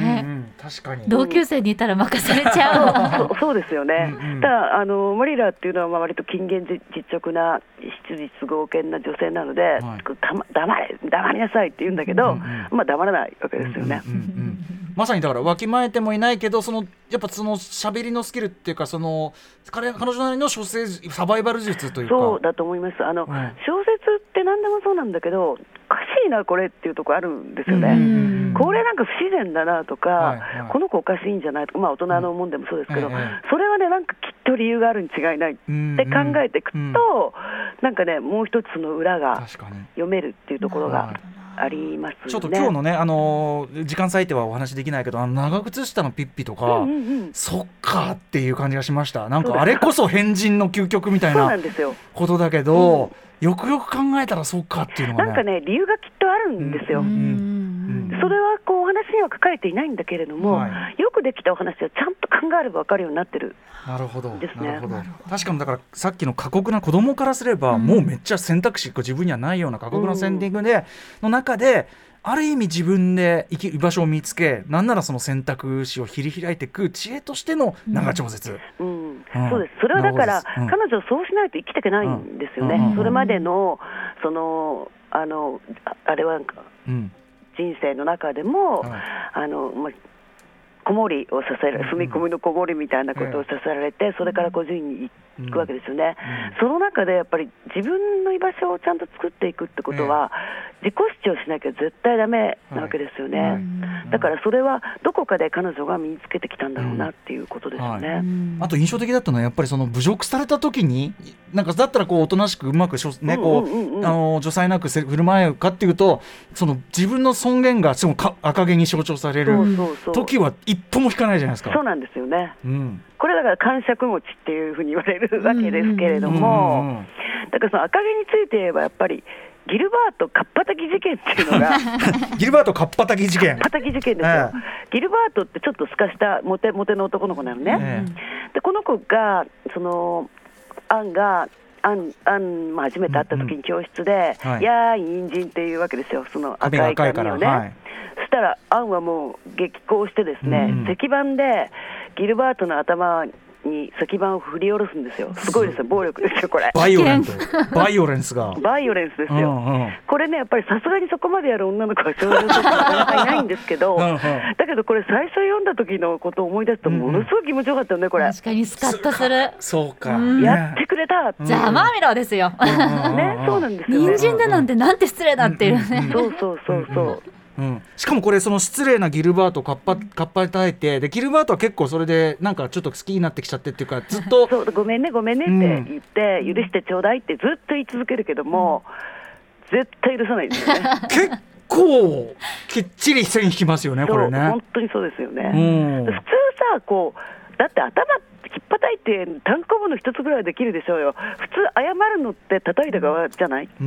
確かに同級生にいたら任されちゃう。そう、そうですよね。うんうん、ただあのモリラっていうのは割と勤勉実直な質実剛健な女性なので、はい、たま、黙れ黙りなさいって言うんだけど、うんうん、まあ黙らないわけですよね。うんうんうん、 まさにだからわきまえてもいないけど、そのやっぱその喋りのスキルっていうか、その 彼, 彼女なりの処世サバイバル術というか。 そうだと思います。あの、うん、小説って何でもそうなんだけど、おかしいなこれっていうところあるんですよね。これなんか不自然だなとか、はいはい、この子おかしいんじゃないとか、まあ大人のもんでもそうですけど、うんええ、それはねなんかきっと理由があるに違いないって考えていくと、うんうん、なんかねもう一つの裏が読めるっていうところがありますね。 ちょっと今日のね、あのー、時間割いてはお話できないけど、あの長靴下のピッピとか、うんうんうん、そっかっていう感じがしました。なんかあれこそ変人の究極みたいなことだけど、うん、よくよく考えたらそっかっていうのがね、 なんかね理由がきっとあるんですよ。うんうんうん、それはこうお話には書かれていないんだけれども、はい、よくできたお話はちゃんと考えれば分かるようになってる。 なるほどですね。なるほど。確かにだからさっきの過酷な子供からすれば、うん、もうめっちゃ選択肢自分にはないような過酷なセンディングで、うん、の中である意味自分で生き居場所を見つけ、なんならその選択肢を切り開いていく知恵としての長丁節、 うんうんうん、そうです。それはだから、うん、彼女はそうしないと生きていけないんですよね、うんうんうん、それまでのそのあの あ, あれはなんか、うん人生の中でも、はい、あのま子守をさせられ、住み込みの子守みたいなことをさせられて、うん、それから孤児院に行くわけですよね、うん、その中でやっぱり自分の居場所をちゃんと作っていくってことは、うん、自己主張しなきゃ絶対ダメなわけですよね、はいはい、だからそれはどこかで彼女が身につけてきたんだろうなっていうことですよね、うんはい、 あと印象的だったのはやっぱりその侮辱された時になんかだったらこうおとなしくうまくしょ、ねこううんうんうん、あの助才なく振る舞えるかっていうと、その自分の尊厳が赤毛に象徴される時は一歩も引かないじゃないですか。 そうなんですよね、うん、これだから感触持ちっていうふうに言われるわけですけれども、うんうんうん、だからその赤毛について言えばやっぱりギルバートカッパ滝事件っていうのがギルバートカッパ滝事件カッパ滝事件ですよ、えー、ギルバートってちょっとすかしたモテモテの男の子なのね、えー、でこの子がそのアンがアンアン、まあ、初めて会った時に教室で、うんうん、やーい人参っていうわけですよ、その赤い髪をね、はい、そしたらアンはもう激高してですね、うんうん、石板でギルバートの頭に石板を振り下ろすんですよ。すごいですよ、暴力ですよこれ。 バイオレンスバイオレンスがバイオレンスですよ、うんうん、これねやっぱりさすがにそこまでやる女の子は少女としてなかなかいないんですけどうん、うん、だけどこれ最初読んだ時のことを思い出すとものすごい気持ちよかったよねこれ。 確かにスカッとする。 そうか、 うん、やってくれた、 うん、じゃあマーミロですよね、そうなんですよね。 人参だなんてなんて失礼だっていうね、 うんうん、そうそうそうそう、うんうん、しかもこれその失礼なギルバートをかっぱかっぱたいて、でギルバートは結構それでなんかちょっと好きになってきちゃってっていうか、ずっとそうごめんねごめんねって言って、うん、許してちょうだいってずっと言い続けるけども、うん、絶対許さないですよね結構きっちり線引きますよねこれね。 本当にそうですよね、うん、普通さこうだって頭引っ叩いて単行部の一つぐらいできるでしょうよ。普通謝るのって叩いた側じゃない、うん、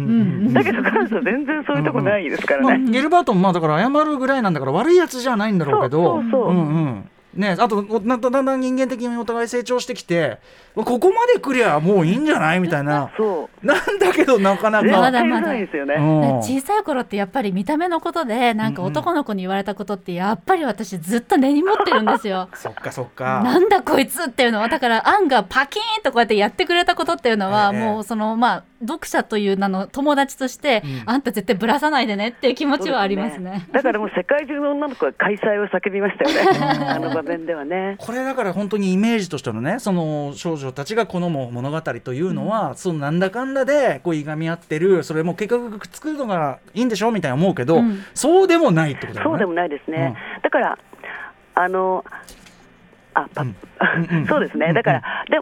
だけど彼女は全然そういうとこないですからね、 うんうんまあ、ゲルバートもまあだから謝るぐらいなんだから悪いやつじゃないんだろうけど、 そうそうそう、うんうんね、あとだんだん人間的にお互い成長してきてここまで来りゃもういいんじゃないみたいなそうなんだけどなかなかまだまだですよね、 うん、小さい頃ってやっぱり見た目のことでなんか男の子に言われたことってやっぱり私ずっと根に持ってるんですよそっかそっか。 なんだこいつっていうのはだからアンがパキーンとこうやってやってくれたことっていうのは、えー、もうそのまあ読者という名の友達として、うん、あんた絶対ぶらさないでねっていう気持ちはありますね。 ねだからもう世界中の女の子が開催を叫びましたよねあの場面ではね。 これだから本当にイメージとしてのねその少女たちが好む物語というのは、うん、そのなんだかんだでこういがみ合ってる、それも結局くっつくのがいいんでしょみたいな思うけど、うん、そうでもないってことだよね。 そうでもないですね、うん、だからあのあパ、うんうんうん、そうですね。だから、うんうん、でもう一つ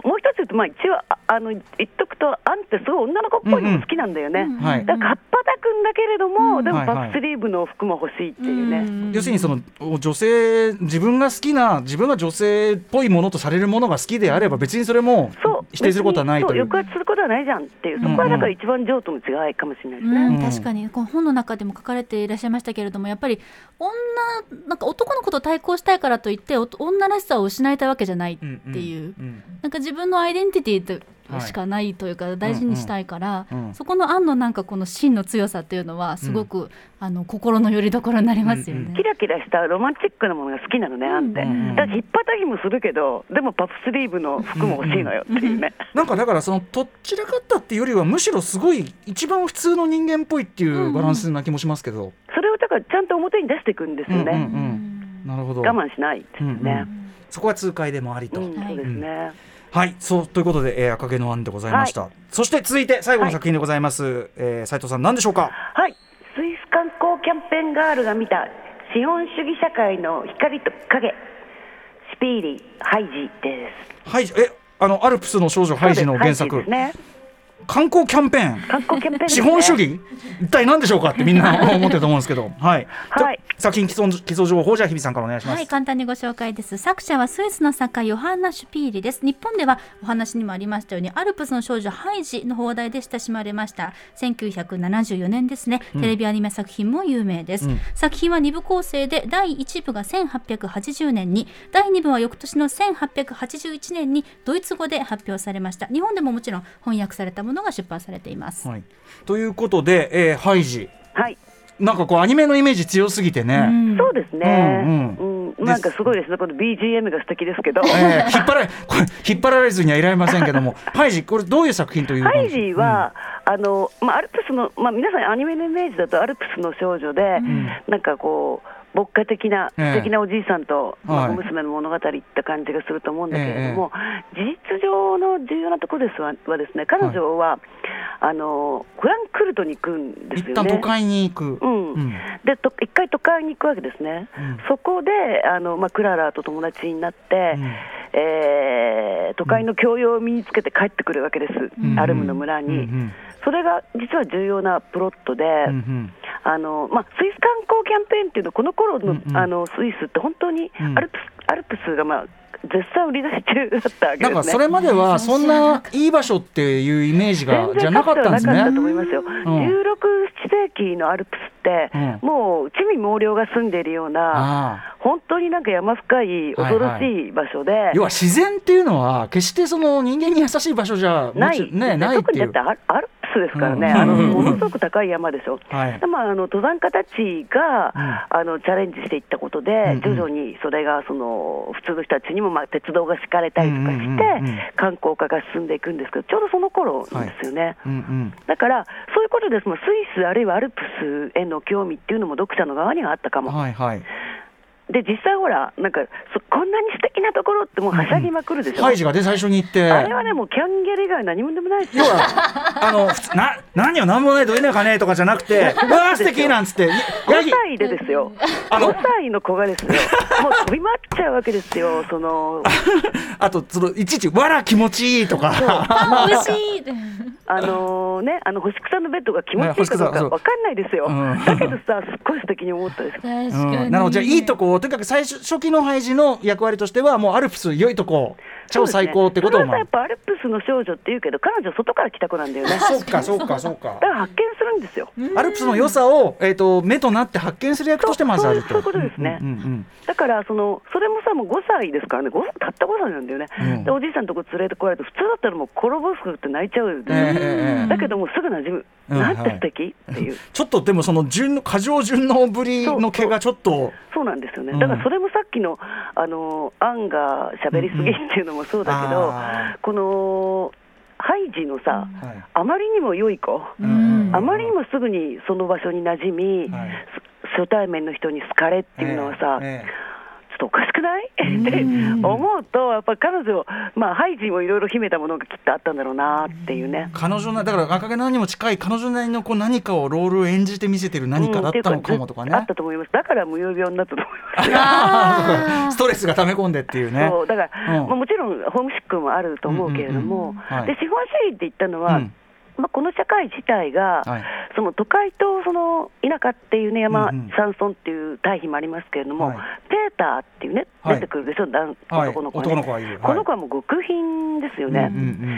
いうと、まあ、一応あの言っとくと、アンってすごい女の子っぽいのも好きなんだよね、うんうん、だからかっぱたくんだけれども、うん、でもパフスリーブの服も欲しいっていうね、はいはい、 要するにその女性、自分が好きな、自分が女性っぽいものとされるものが好きであれば、別にそれも否定することはないという、 抑圧することはないじゃんっていう、そこはだから一番上との違いかもしれないですね、 うんうん、確かにこの本の中でも書かれていらっしゃいましたけれども、やっぱり女なんか男の子と対抗したいからといって女らしさを失いたいわけじゃないっていう、うんうんうん、なんか自分のアイデンティティしかないというか、はい、大事にしたいから、うんうん、そこのアンのなんかこの芯の強さっていうのはすごく、うん、あの心の拠り所になりますよね、うんうん、 キラキラしたロマンチックなものが好きなのね、アンって、うんうん、だから引っ張たぎもするけど、でもパフスリーブの服も欲しいのよっていうね、 なんかだからそのとっちらかったっていうよりは、むしろすごい一番普通の人間っぽいっていうバランスな気もしますけど、うんうん、 それをだからちゃんと表に出していくんですよね、うんうんうん、 なるほど、 我慢しないですよね、うんうん、 そこは痛快でもありと、 うん、そうですね、 はい、そうということで、えー、赤毛のアンでございました、はい、そして続いて最後の作品でございます、はい、えー、斉藤さん何でしょうか。 はい、スイス観光キャンペーンガールが見た資本主義社会の光と影、シピーリハイジです。 ハイジ、えあのアルプスの少女ハイジの原作ですね。観光キャンペーン、 観光キャンペーン、ね、 資本主義一体何でしょうかってみんな思ってると思うんですけど、はい、はい、作品基礎、基礎情報、じゃあ日比さんからお願いします。 はい、簡単にご紹介です。作者はスイスの作家ヨハンナ・シュピーリです。日本ではお話にもありましたようにアルプスの少女ハイジの放題で親しまれましたせんきゅうひゃくななじゅうよねんですね、うん、テレビアニメ作品も有名です、うん、作品はに部構成で、だいいち部がせんはっぴゃくはちじゅうねんに、だいに部は翌年のせんはっぴゃくはちじゅういちねんにドイツ語で発表されました。日本でももちろん翻訳されたものが出版されています、 はい、ということで、えー、ハイジ、 はい、 なんかこうアニメのイメージ強すぎてね、 うん、そうですね、うんうんうん、なんかすごいですね、この ビージーエム が素敵ですけど、 えー、引っ張られこれ引っ張られずにはいられませんけどもハイジ、これどういう作品というハイジは、うん、あのまあ、アルプスの、まあ、皆さんアニメのイメージだとアルプスの少女で、うん、なんかこう牧歌的な素敵なおじいさんと、えーまあ、お娘の物語って感じがすると思うんだけれども、えー、事実上の重要なところですは、はですね、彼女は、はい、あのフランクフルトに行くんですよね。 一旦都会に行く、 うんうん、でと一回都会に行くわけですね、うん、そこであの、まあ、クララと友達になって、うん、えー、都会の教養を身につけて帰ってくるわけです、うん、アルムの村に、うんうん、それが実は重要なプロットで、うんうん、あのまあ、スイス観光キャンペーンっていうのはこの頃の、うんうん、あのスイスって本当にアルプス、うん、アルプスが、まあ、絶賛売り出し中だったわけですね。 なんかそれまではそんないい場所っていうイメージがじゃなかったんですね。 全然なかったと思いますよ、うん、じゅうろく、なな世紀のアルプスって、うん、もう地味猛量が住んでいるような本当になんか山深い恐ろしい場所で、はいはい、 要は自然っていうのは決してその人間に優しい場所じゃない、ね、ないっていう、特にだってアルプスですからね、うん、あのものすごく高い山でしょ、はい、でまあ、あの登山家たちが、うん、あのチャレンジしていったことで、うん、徐々にそれがその普通の人たちにも、まあ、鉄道が敷かれたりとかして、うんうんうん、観光化が進んでいくんですけど、ちょうどその頃なんですよね、はい、うんうん、だからそういうことです。もスイスあるいはアルプスへの興味っていうのも読者の側にはあったかも、はいはい、で実際ほらなんかそこんなに素敵なところってもうはしゃぎまくるでしょ、うん、 ハイジがで最初に行ってあれはねもうキャンゲル以外何もでもないですよ。 要はあのな何よ何もないどういうのかねとかじゃなくてうわー素敵なんつってごさいでですよあのごさいの子がですよもう飛び回っちゃうわけですよ。そのあとそのいちいちわら気持ちいいとか美味しいあのね、あの星草のベッドが気持ちいいかどうか分かんないですよ、うん、だけどさすっごい素敵に思ったです。確かに、 うん、なのでじゃあいいとこ、とにかく最初初期のハイジの役割としてはもうアルプス良いとこ超最高ってことを、 ね、やっぱアルプスの少女って言うけど彼女外から来た子なんだよね。 そうかそうかそうかだから発見するんですよ。 アルプスの良さを、えーと、目となって発見する役としてまずあると。 そういうことですね、うんうんうん、だからそのそれもさもうごさいですからね、たったごさいなんだよね、うん、でおじいさんのとこ連れてこられて普通だったらもう転ぼすって泣いちゃう、えー、だけどもうすぐ馴染む、うん、なんて素敵、はい、っていうちょっとでもその順過剰順応ぶりの毛がちょっと そう、 そう、そうなんですよね、うん、だからそれもさっきのあのアンが喋りすぎっていうのもそうだけど、うんうん、このハイジのさ、うん、あまりにも良い子、うん、あまりにもすぐにその場所に馴染み、はい、初対面の人に好かれっていうのはさ、えーえーちょっとおかしくないって思うと、やっぱり彼女、まあ、ハイジもいろいろ秘めたものがきっとあったんだろうなっていうね。 彼女なだから赤毛のアンにも近い彼女なりのこう何かをロールを演じて見せてる何かだったのかもとかね、 うん、あったと思います。だから無用病になったと思いますストレスが溜め込んでっていうね。 そうだから、うんまあ、もちろんホームシックもあると思うけれども、うんうんうんはい、で資本主義って言ったのは、うんまあ、この社会自体が、はい、その都会とその田舎っていうね、山、うんうん、山村っていう対比もありますけれども、はい、ペーターっていうね、出てくるでしょ、はい、男の子、ねはい、男の子はいる、はい、この子はもう極貧ですよね、うんうんうん、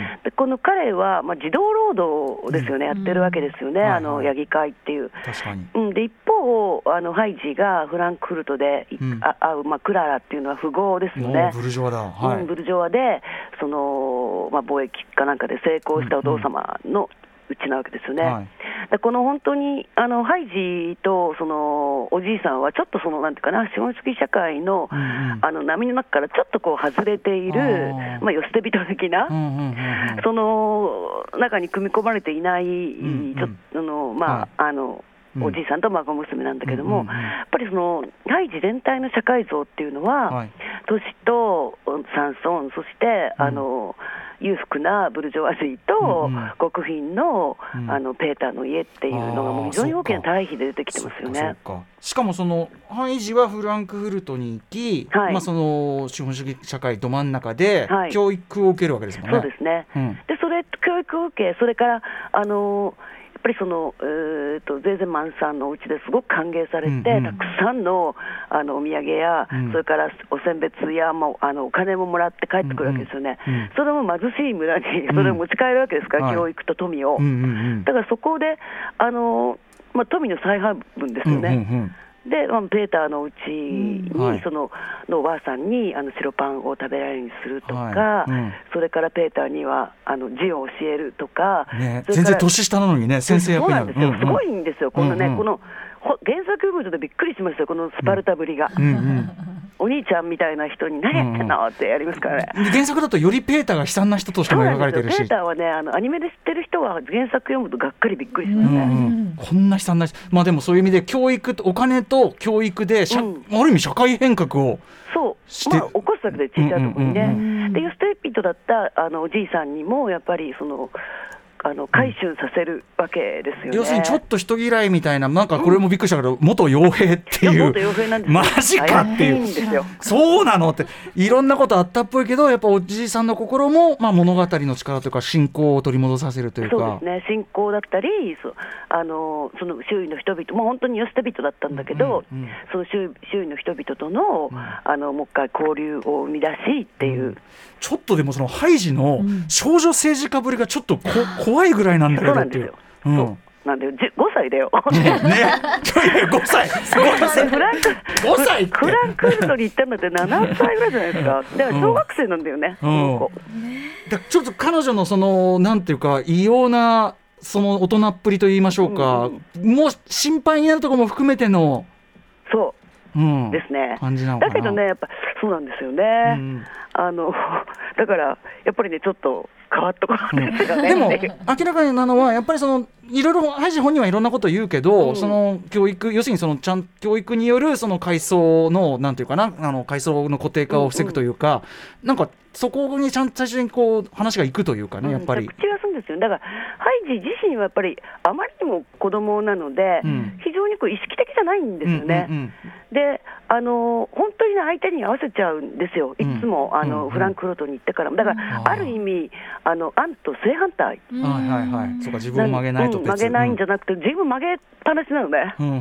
でこの彼は、まあ、児童労働ですよね、うん、やってるわけですよね、うん、あのヤギ会っていう。 確かに、 うん、で一方あのハイジがフランクフルトで、うん、あ会う、まあ、クララっていうのは富豪ですよね。 ブルジョワだ、はいうん、ブルジョワでその、まあ、貿易かなんかで成功したお父様のうちなわけですよね、はい、でこの本当にあのハイジとそのおじいさんはちょっとそのなんていうかな、資本主義社会 の,、うんうん、あの波の中からちょっとこう外れている、まあ、寄捨て人的な、うんうんうんうん、その中に組み込まれていない、うんうん、ちょっとのまあ、はい、あのおじいさんと孫娘なんだけども、うんうんうん、やっぱりそのハイジ全体の社会像っていうのは、はい、都市と山村、そして、うん、あの裕福なブルジョワジーと、うんうん、極貧 の,、うん、あのペーターの家っていうのがもう非常に大きな対比で出てきてますよね。 そうかそうか。しかもそのハイジはフランクフルトに行き、はいまあ、その資本主義社会ど真ん中で教育を受けるわけですもんね、 はい、そうですね、うん、でそれ教育を受け、それからあのやっぱりその、えー、とゼーゼマンさんのお家ですごく歓迎されて、うんうん、たくさん の, あのお土産や、うん、それからお選別や、まあ、あのお金ももらって帰ってくるわけですよね、うんうん、それも貧しい村にそれを持ち帰るわけですから、うん、教育と富を、はいうんうんうん、だからそこであの、まあ、富の再配分ですよね、うんうんうんでペーターのうちに、うんはい、そののおばあさんにあの白パンを食べられるようにするとか、はいうん、それからペーターにはあの字を教えるとか、 ね、全然年下なのにね先生役になる。 そうなんですよ、すごいんですよ、このね、うんうん、この原作読むとびっくりしますよ、このスパルタぶりが、うんうんうんお兄ちゃんみたいな人に何やってんの、うん、ってやりますからね。 原作だとよりペーターが悲惨な人としても描かれてるし、 ペーターはねあのアニメで知ってる人は原作読むとがっかりびっくりしますね、うんうん、 こんな悲惨な人、まあでもそういう意味で教育お金と教育で、うん、ある意味社会変革をそう、まあ、起こすわけで小さいところにね、うんうんうんうん、でヨステピットだったあのおじいさんにもやっぱりそのあの回収させるわけですよね。 要するにちょっと人嫌いみたいな、なんかこれもびっくりしたけど、うん、元傭兵っていう、 元傭兵なんですよ、 マジかっていう、そうなのっていろんなことあったっぽいけど、やっぱおじいさんの心も、まあ、物語の力というか信仰を取り戻させるというか、 そうですね、信仰だったり、そうあのその周囲の人々も本当にヨステ人だったんだけど、うんうんうん、その 周, 周囲の人々との、うん、あのもう一回交流を生み出しっていう、うん、 ちょっとでもそのハイジの少女政治家ぶりがちょっとこ、うん、怖いぐらいなんだけどっていう。 そうなんですよ、うん、そうなんでごさいだよねねごさいごさいフランクごさいフランクフルトに行ったんだってななさいぐらいじゃないですか。だから小学生なんだよね、うん、この子だちょっと彼女のそのなんていうか異様なその大人っぷりと言いましょうか、うん、もう心配になるところも含めてのそう、うん、ですね。 感じなのかな。 だけどねやっぱそうなんですよね、うん、あのだからやっぱりねちょっと変わったことですよね、 うん、でも明らかなのはやっぱりそのいろいろハイジ本人はいろんなことを言うけど、うん、その教育要するにそのちゃん教育によるその階層のなんていうかなあの階層の固定化を防ぐというか、うんうん、なんかそこにちゃんと最初にこう話がいくというかね、やっぱり口がするんですよ。だからハイジ自身はやっぱりあまりにも子供なので、うん、非常にこう意識的じゃないんですよね、うんうんうん、であの本当に、ね、相手に合わせちゃうんですよいつも、うん、あの、うん、フランクフルトに行ってからもだから、うん、ある意味あのアンと正反対、 うん、はいはいはい、そうか自分を曲げないと別、 うん、曲げないんじゃなくて自分曲げっぱなしなのね、うんうんうん、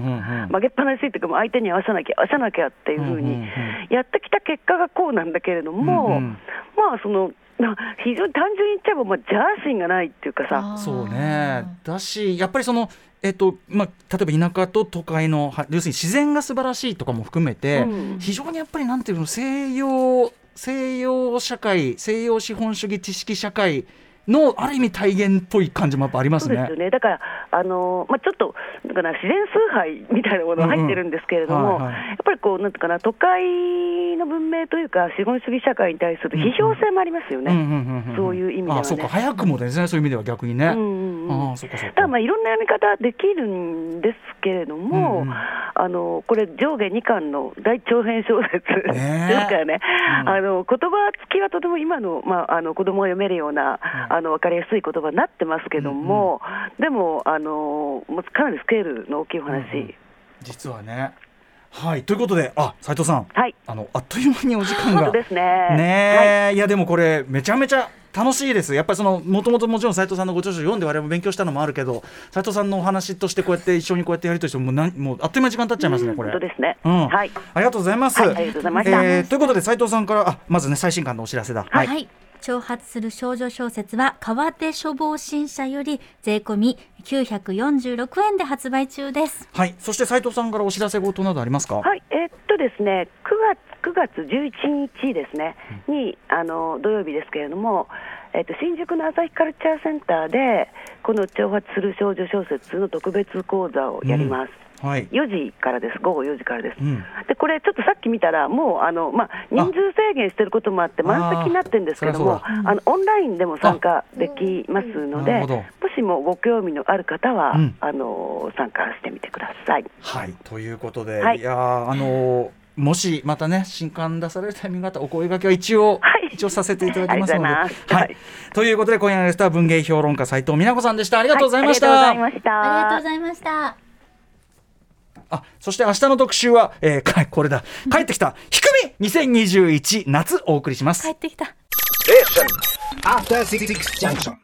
曲げっぱなしっていうかもう相手に合わせなきゃ合わせなきゃっていう風にやってきた結果がこうなんだけれども、うんうん、まあその非常に単純に言っちゃえば、まあ、ジャーシンがないっていうかさ、 そうね、だしやっぱりそのえっとまあ、例えば田舎と都会の要するに自然が素晴らしいとかも含めて、うん、非常にやっぱりなんていうの西洋西洋社会西洋資本主義知識社会のある意味体現っぽい感じもやっぱありますね。 そうですよね。だからあの、まあ、ちょっとだから自然崇拝みたいなものが入ってるんですけれども、うんうんはいはい、やっぱりこうなんていうかな都会の文明というか資本主義社会に対する批評性もありますよね、うんうん、そういう意味ではね。 あ、そうか早くもですねそういう意味では逆にね、 うんうんうんうん、 あ、そうかそうか。 だからまあいろんな読み方できるんですけれども、うんうん、あのこれ上下にかんの大長編小説ですからね、うん、あの言葉つきはとても今の、まあ、あの子供が読めるような、うん、あの分かりやすい言葉になってますけども、うんうん、でもあのかなりスケールの大きいお話、うんうん、 実はね。はい、ということで、あ、斉藤さん、 はい、 あのあっという間にお時間が本当ですね。 ね、 はい、 いやでもこれめちゃめちゃ楽しいです。やっぱりそのもともともちろん斉藤さんのご著書読んで我々も勉強したのもあるけど、斉藤さんのお話としてこうやって一緒にこうやってやりとりしてもうなんもうあっという間に時間経っちゃいますね、これ。 本当ですね、 うん、 はい、 ありがとうございます、 はい、ありがとうございました、 えー、ということで斉藤さんからあまずね最新刊のお知らせだ。 はい、はい、挑発する少女小説は川手書房新社より税込みきゅうひゃくよんじゅうろくえんで発売中です。 はい、そして斉藤さんからお知らせ事などありますか。 はい、えー、っとですねくがつじゅういちにちですね、うん、にあの土曜日ですけれども、えー、っと新宿の朝日カルチャーセンターでこの挑発する少女小説の特別講座をやります、うん、はい、よじからです。午後よじからです、うん、でこれちょっとさっき見たらもうあの、まあ、人数制限してることもあって満席になってるんですけども、ああのオンラインでも参加できますので、もしもご興味のある方は、うん、あの参加してみてください。 はい、ということで、はい、いやあのもしまたね新刊出されるタイミングがあったらお声掛けは一応、はい、一応させていただきますので、はいはい、ということで今夜のゲストは文芸評論家斉藤美奈子さんでした。ありがとうございました、 はい、ありがとうございました。 ありがとうございました。 あ、そして明日の特集は、えー、これだ帰ってきたひくみにせんにじゅういち夏お送りします。 帰ってきた。